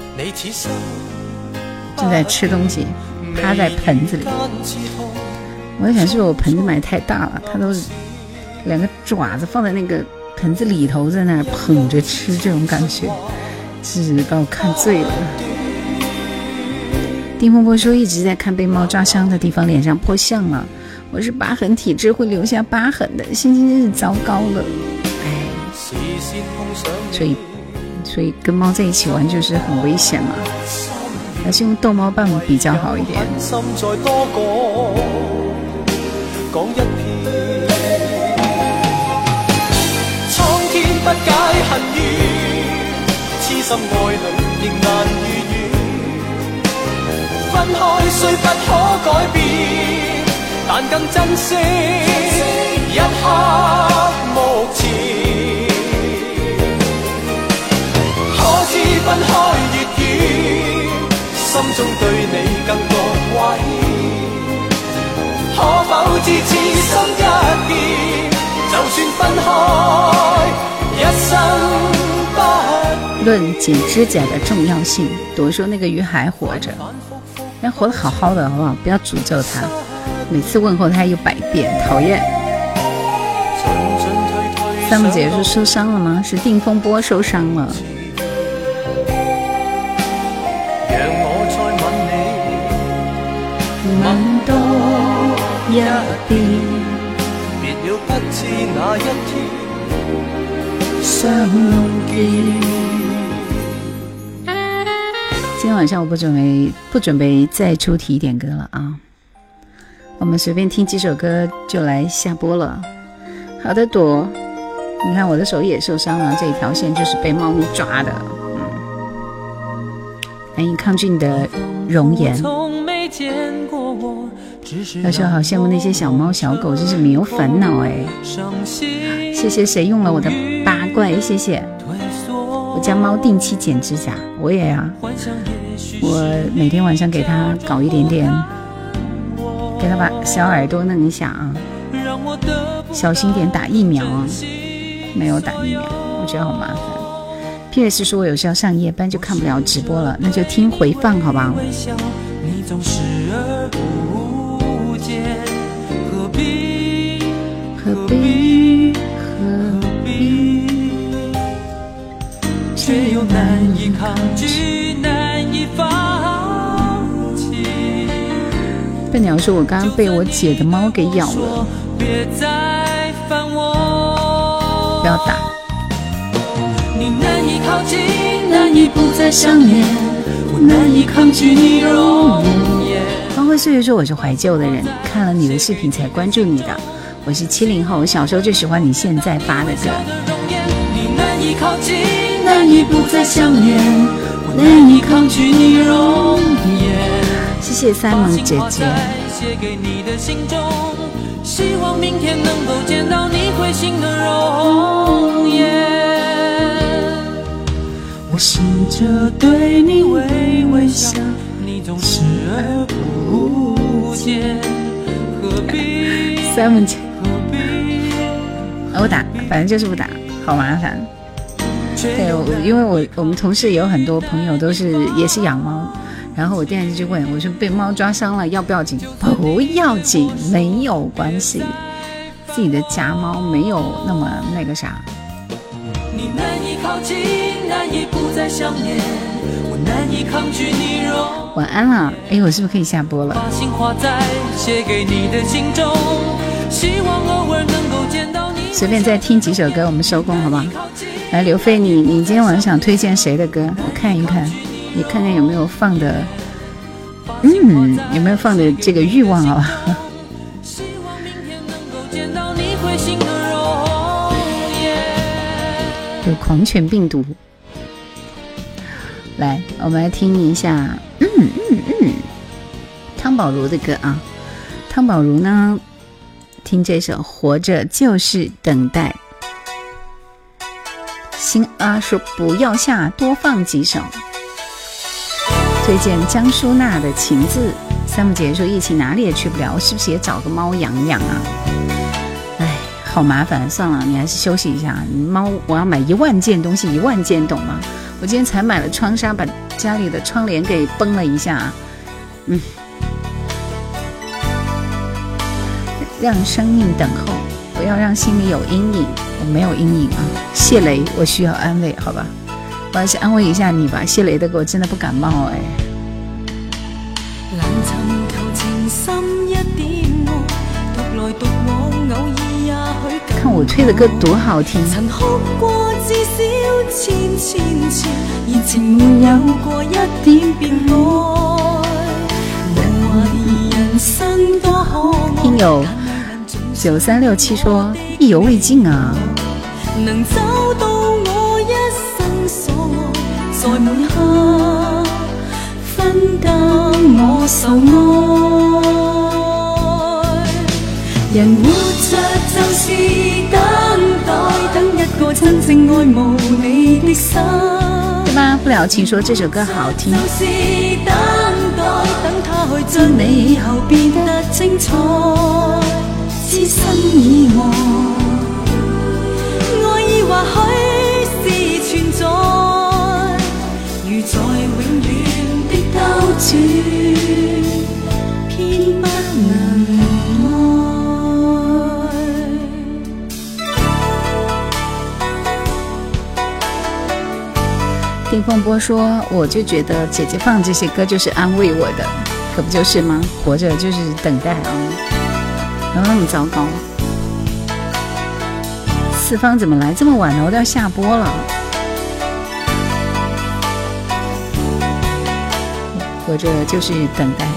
正在吃东西，趴在盆子里。 我在想是不是我盆子买太大了，它都两个爪子放在那个盆子里头，在那儿捧着吃，这种感觉是把我看醉了。丁风波说一直在看被猫抓伤的地方，脸上破相了。我是疤痕体质，会留下疤痕的，心情真是糟糕了。哎，所以跟猫在一起玩就是很危险嘛，还是用逗猫棒比较好一点。蒼天不解恨怨，痴心愛侶仍難逾越，分開雖不可改變，但更珍惜一刻目前。可知分開越遠，心中對你更覺懷念，可否知此心一變，就算分開一生不。論剪指甲的重要性，朵說那個魚還活着，人活得好好的好不好？不要詛咒他，每次問候他又百遍，討厭。三木姐說受傷了嗎？是定風波受傷了。吻多一遍，別了不知哪一天相見。今天晚上我不準備再出題點歌了啊，我們隨便聽幾首歌就來下播了。好的，朵，你看我的手也受傷了，這一條線就是被貓咪抓的，難以抗拒你的容顏。要說好羨慕那些小貓小狗，真是沒有煩惱哎。謝謝誰用了我的八怪，謝謝。我家貓定期剪指甲，我也啊，我每天晚上給它搞一點點，給它把小耳朵弄一下啊，小心點打疫苗啊，沒有打疫苗，我覺得好麻煩。PS 說我有時要上夜班就看不了直播了，那就聽回放好吧。你總視而不見，何必卻又難以抗拒，難以放棄。笨鳥說我剛剛被我姐的貓給咬了，別再煩我，不要打。你難以靠近，難以不再想念，我難以抗拒你容顏。光輝歲月說我是懷舊的人，看了你的視頻才關注你的。我是70後，我小時候就喜歡你現在發的歌。你難以靠近，難以不再想念，我難以抗拒你容顏。謝謝 Simon 姐姐。寫給你的信中，希望明天能夠見到你會心的容顏。我試着對你微微笑，你總視而不見，何必 Simon 姐我打，反正就是不打，好麻煩。对，因为我们同事有很多朋友也是养猫，然后我第二天就问我说被猫抓伤了要不要紧？不要紧，没有关系，自己的家猫没有那么那个啥。你难以靠近，难以不再想念，我难以抗拒你容。晚安了，哎，我是不是可以下播了？把心画在写给你的信中，希望偶尔能够见到你。随便再听几首歌，我们收工好不好？来，刘飞，你今天晚上推荐谁的歌？我看一看，你看看有没有放的，有没有放的这个欲望好吧？希望明天能够见到你会心的容颜。有狂犬病毒。来，我们来听一下，汤宝如的歌啊。汤宝如呢，听这首《活着就是等待》。新阿说不要下，多放几首。推荐江淑娜的《情字》。三木姐说疫情哪里也去不了，是不是也找个猫养养啊？哎，好麻烦，算了，你还是休息一下。猫我要买10000件东西，10000件懂吗？我今天才买了窗纱，把家里的窗帘给崩了一下。 让生命等候，不要让心里有阴影。我没有阴影啊，谢雷，我需要安慰，好吧，我还是安慰一下你吧。谢雷的歌我真的不感冒哎。看我推的歌多好听。曾哭过至少千次，熱情沒有過一點變愛，無懷疑人生多可愛。聽友9367說意猶未盡啊。能找到我一生所愛，在每刻分擔我受愛。人活着就是等待，等一個真正愛慕你的心。對嗎？不了情說這首歌好聽。就是等待，等他去將你以後變得精彩，痴身以外。或許是存在，如在永遠的兜轉，偏不能愛。丁凤波說：“我就覺得姐姐放這些歌就是安慰我的，可不就是嗎？活着就是等待啊，然後那麼糟糕。”四方怎麼來這麼晚呢？我都要下播了。活着就是等待。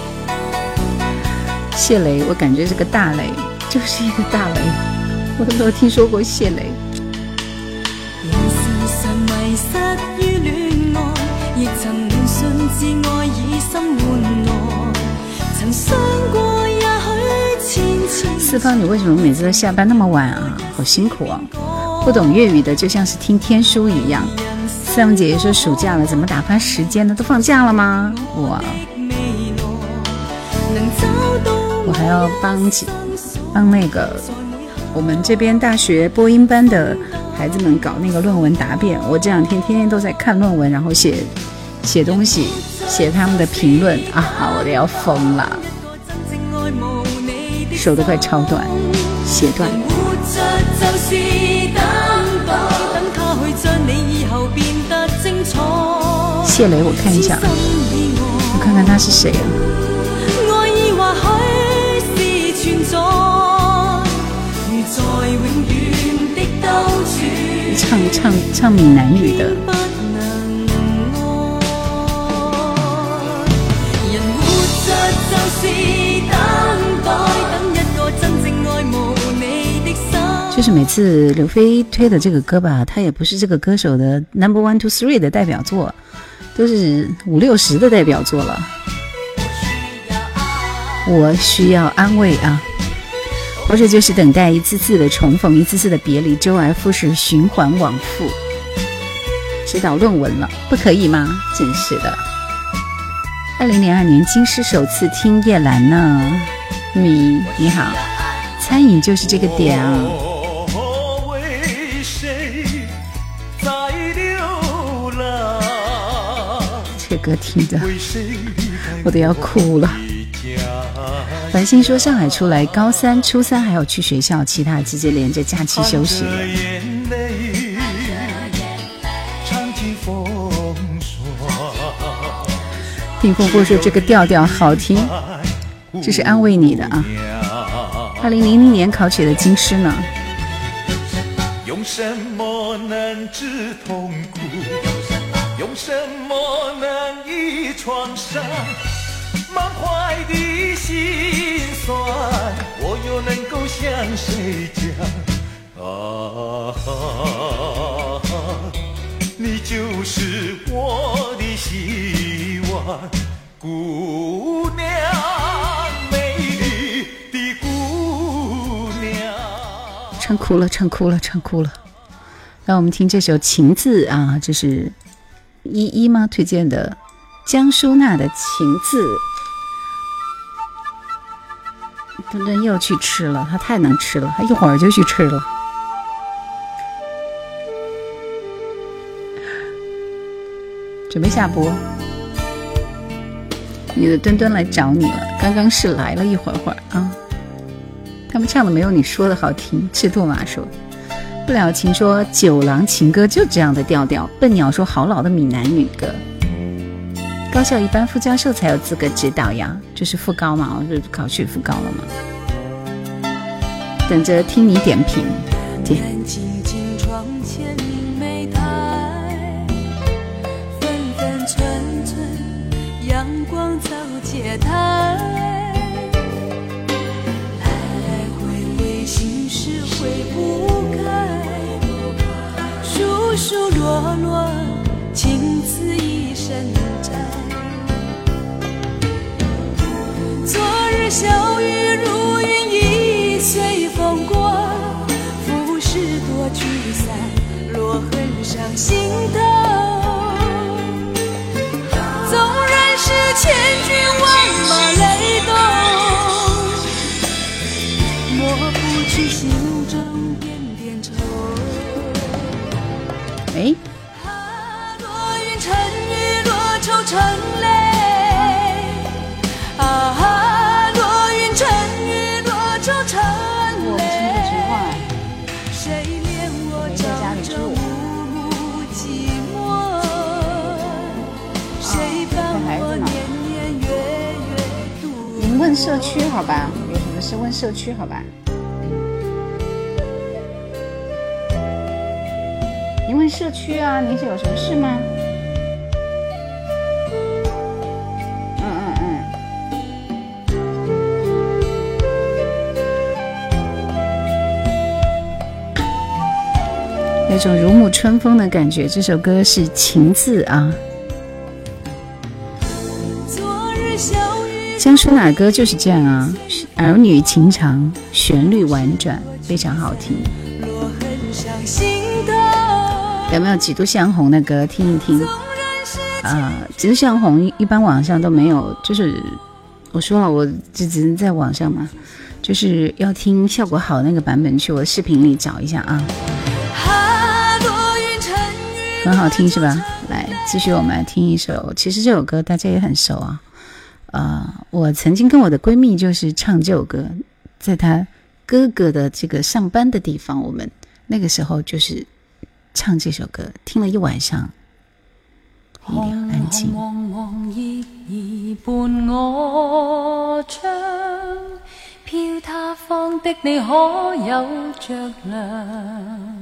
謝雷，我感覺是個大雷，就是一個大雷，我都沒有聽說過謝雷。人時常迷失於戀愛，亦曾信自愛以心換來，曾傷過也許千千。四方，你為什麼每次都下班那麼晚啊？好辛苦啊！不懂粵語的就像是聽天書一樣。四方姐姐說暑假了，怎麼打發時間呢？都放假了嗎？哇！我還要幫那個我們這邊大學播音班的孩子們搞那個論文答辯。我這兩天天天都在看論文，然後寫東西，寫他們的評論啊！我都要瘋了，手都快超短，寫斷。謝雷，我看一下，我看看他是誰啊？唱闽南語的。就是每次刘飞推的这个歌吧，他也不是这个歌手的 number 1 2 3的代表作，都是5、60的代表作了。我需要安慰啊！活着就是等待，一次次的重逢，一次次的别离，周而复始，循环往复。指导论文了，不可以吗？真是的。2002年金狮首次听叶兰呢，你好，餐饮就是这个点啊。这歌听的我都要哭了。繁星说上海出来，高3、初3还有去学校，其他直接连着假期休息了。听风波说这个调调好听，这是安慰你的啊。2000年考取的金狮呢。用什么能治痛苦？用什么能医创伤？满怀的心酸，我又能够向谁讲？你就是我的希望，姑娘，美丽的姑娘。唱哭了，唱哭了，唱哭了。让我们听这首《情字》啊，这是依依吗推荐的江淑娜的《情字》。墩墩又去吃了，他太能吃了，他一会儿就去吃了。准备下播，你的墩墩来找你了，刚刚是来了一会儿啊。 他们唱的没有你说的好听。赤兔马说不了情说九郎情歌就这样的调调。笨鸟说好老的闽南语歌。高校一般副教授才有资格指导呀，就是副高嘛，我就考去副高了嘛。等着听你点评。点静静窗前美台，纷纷寸寸阳光照街台，来来回回心事回不开，疏疏落落情字一身债。昨日小雨如云一随风过，浮世多聚散，落痕上心头。纵然是千军万马雷动，抹不去心中点点愁。 哎， 落云成雨，落愁成泪。落云成雨，落愁成泪。谁怜我朝朝暮暮寂寞？谁伴我年年月月度？ 您问社区好吧，有什么事问社区好吧。您问社区啊，您是有什么事吗？有种如沐春风的感觉。这首歌是情字啊，江苏哪歌就是这样啊，儿女情长，旋律婉转，非常好听。有没有几度相红的歌听一听几度相红一般网上都没有，就是我说了，我只能在网上嘛，就是要听效果好那个版本，去我的视频里找一下啊，很好听是吧？来继续我们来听一首，其实这首歌大家也很熟啊，我曾经跟我的闺蜜就是唱这首歌，在她哥哥的这个上班的地方，我们那个时候就是唱这首歌，听了一晚上，一定要安静。 茫茫熱兒伴我唱，飄他方的你可有着涼？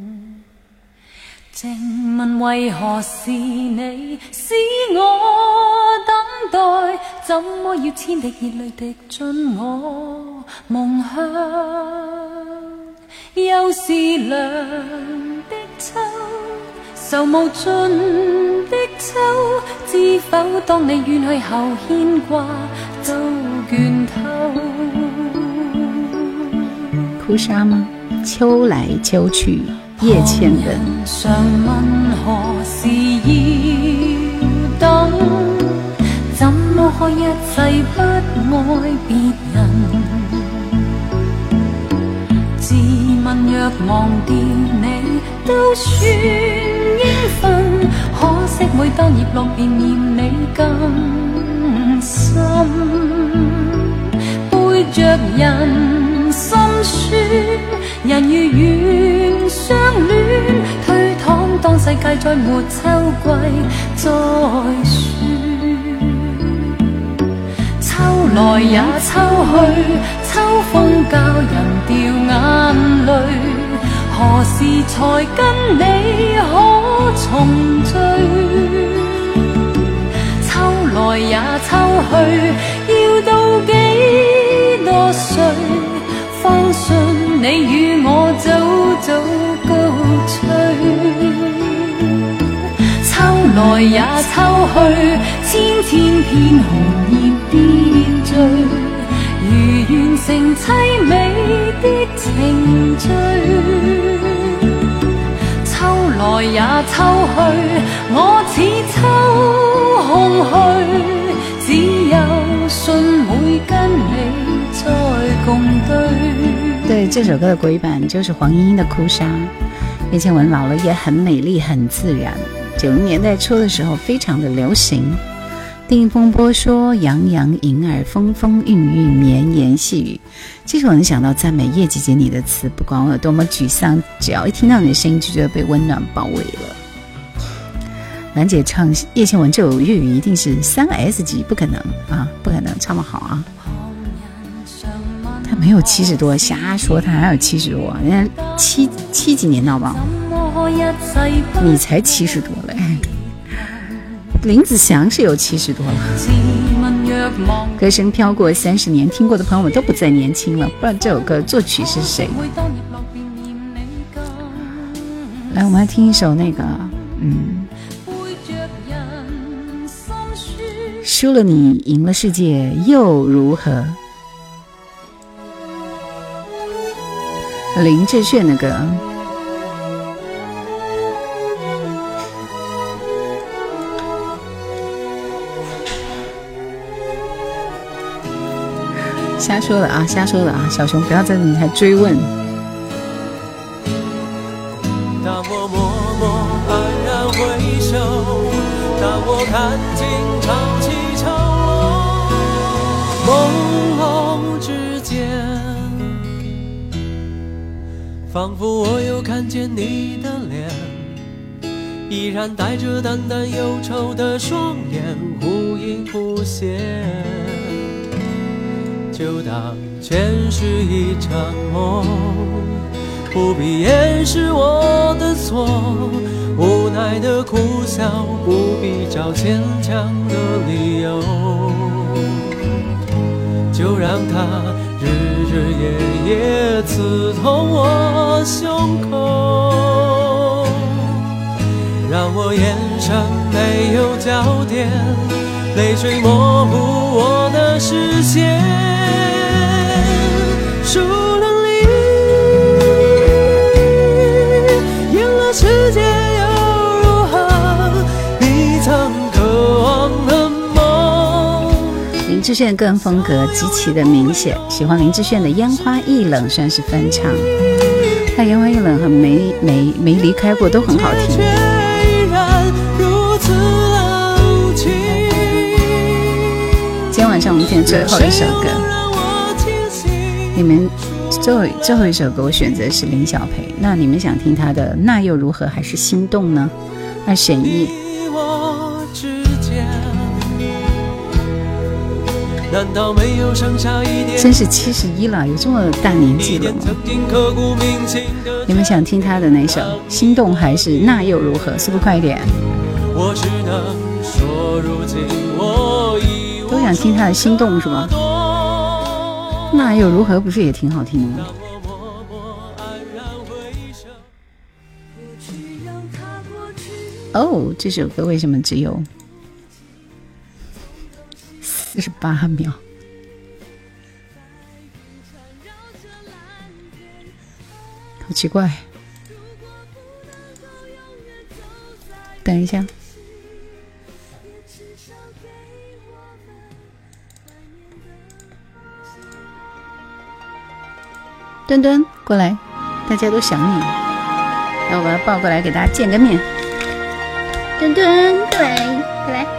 靜問為何是你使我等待，怎麼要千滴熱淚滴進我夢鄉？又是涼的秋，愁無盡的秋，知否當你遠去後牽掛都倦透。 哭砂嗎？秋來秋去夜千人， 常問何時要等，怎麼可一世不愛別人？自問若忘掉你都算應份，可惜每當葉落便念你更深，背着人心酸，人如願相戀，推搪當世界再沒秋季再算。秋來也秋去，秋風教人掉眼淚，何時才跟你可重聚？秋來也秋去，要到幾多歲？方信你與我早早高吹。秋來也秋去，千千片紅葉變醉，如完成凄美的程序。秋來也秋去，我似秋空虛，只有信會跟你再共對。 对，这首歌的国语版就是黄莺莺的《哭砂》。叶倩文老了也很美丽，很自然。90年代初的时候非常的流行， 定风波说洋洋盈耳，风风韵韵，绵延细语。这首能想到赞美叶姐姐你的词，不管我有多么沮丧，只要一听到你的声音就觉得被温暖包围了。兰姐唱叶倩文这首粤语一定是3S 级，不可能啊，不可能唱得好啊。他没有70多，瞎说，他还有70多，人家七几年的好不好？你才70多嘞。林子祥是有70多了。歌声飘过30年，听过的朋友们都不再年轻了，不知道这首歌作曲是谁。来，我们来听一首那个输了你赢了世界又如何，林志炫的歌。瞎说了啊，瞎说了啊，小熊不要在这里还追问。 当我默默黯然回首，当我看尽潮起潮落，朦胧之间，仿佛我又看见你的脸，依然带着淡淡忧愁的双眼，忽隐忽现。就当前世一场梦，不必掩饰我的错，无奈的苦笑，不必找牵强的理由，就让它日日夜夜刺痛我胸口，让我眼上没有焦点，泪水模糊我的视线，输了你，赢了世界又如何？你曾渴望的梦。 林志炫个人风格极其的明显，喜欢林志炫的《烟花易冷》算是翻唱，他《烟花易冷》和没离开过都很好听。今天晚上我们听最后一首歌，你们最后一首歌我选择是林小培，那你们想听他的那又如何还是心动呢？2选1。真是71了，有这么大年纪了吗？你们想听他的哪首心动还是那又如何？速度快一点。我只能说如今我都想听他的心动是吧？那又如何不是也挺好听的吗？哦，这首歌为什么只有48秒？好奇怪。等一下。墩墩过来，大家都想你，来我把他抱过来给大家见个面。墩墩过来，过来。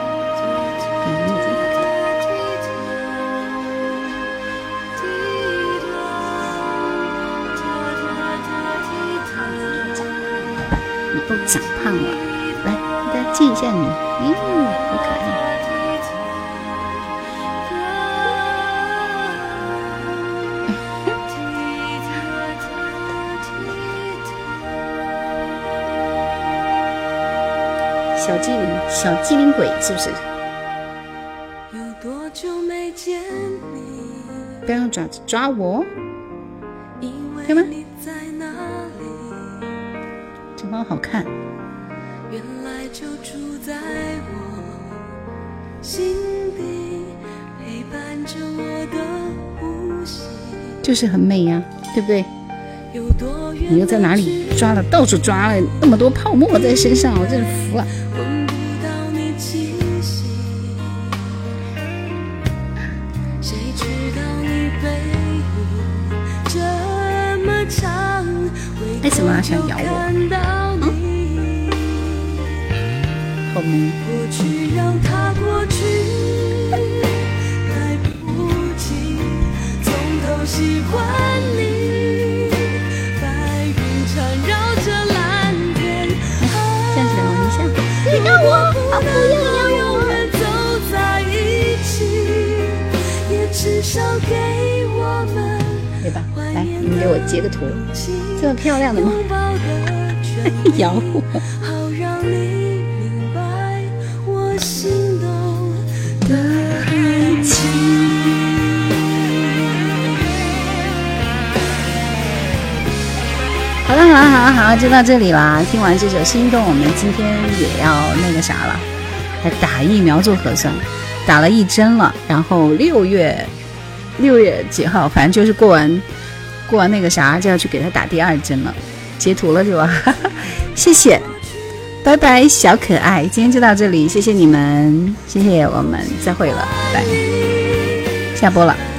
你都长胖了，来，大家亲一下你，好可爱。小机灵鬼是不是？ 有多久没见你？ 不要用爪子抓我， 对吗？你在哪里？ 这猫好看。 原来就住在我心底，陪伴着我的呼吸。 就是很美呀，对不对？你又在哪里抓了？到处抓了那么多泡沫在身上，我真服啊！为什么想咬我？ 后面过去让它过去，来不及从头喜欢你。白云缠绕着蓝天， 站起来玩一下。 你让我不能永远走在一起，也至少给我们对吧？来，你们给我截个图，这么漂亮的吗？咬我。 好让你明白我心动的爱情。 好了，好，就到这里啦。听完这首《心动》，我们今天也要那个啥了，还打疫苗做核酸，打了1针了。然后6月几号，反正就是过完那个啥，就要去给他打第2针了。截图了是吧？谢谢，拜拜，小可爱，今天就到这里，谢谢你们，谢谢，我们再会了，拜拜，下播了。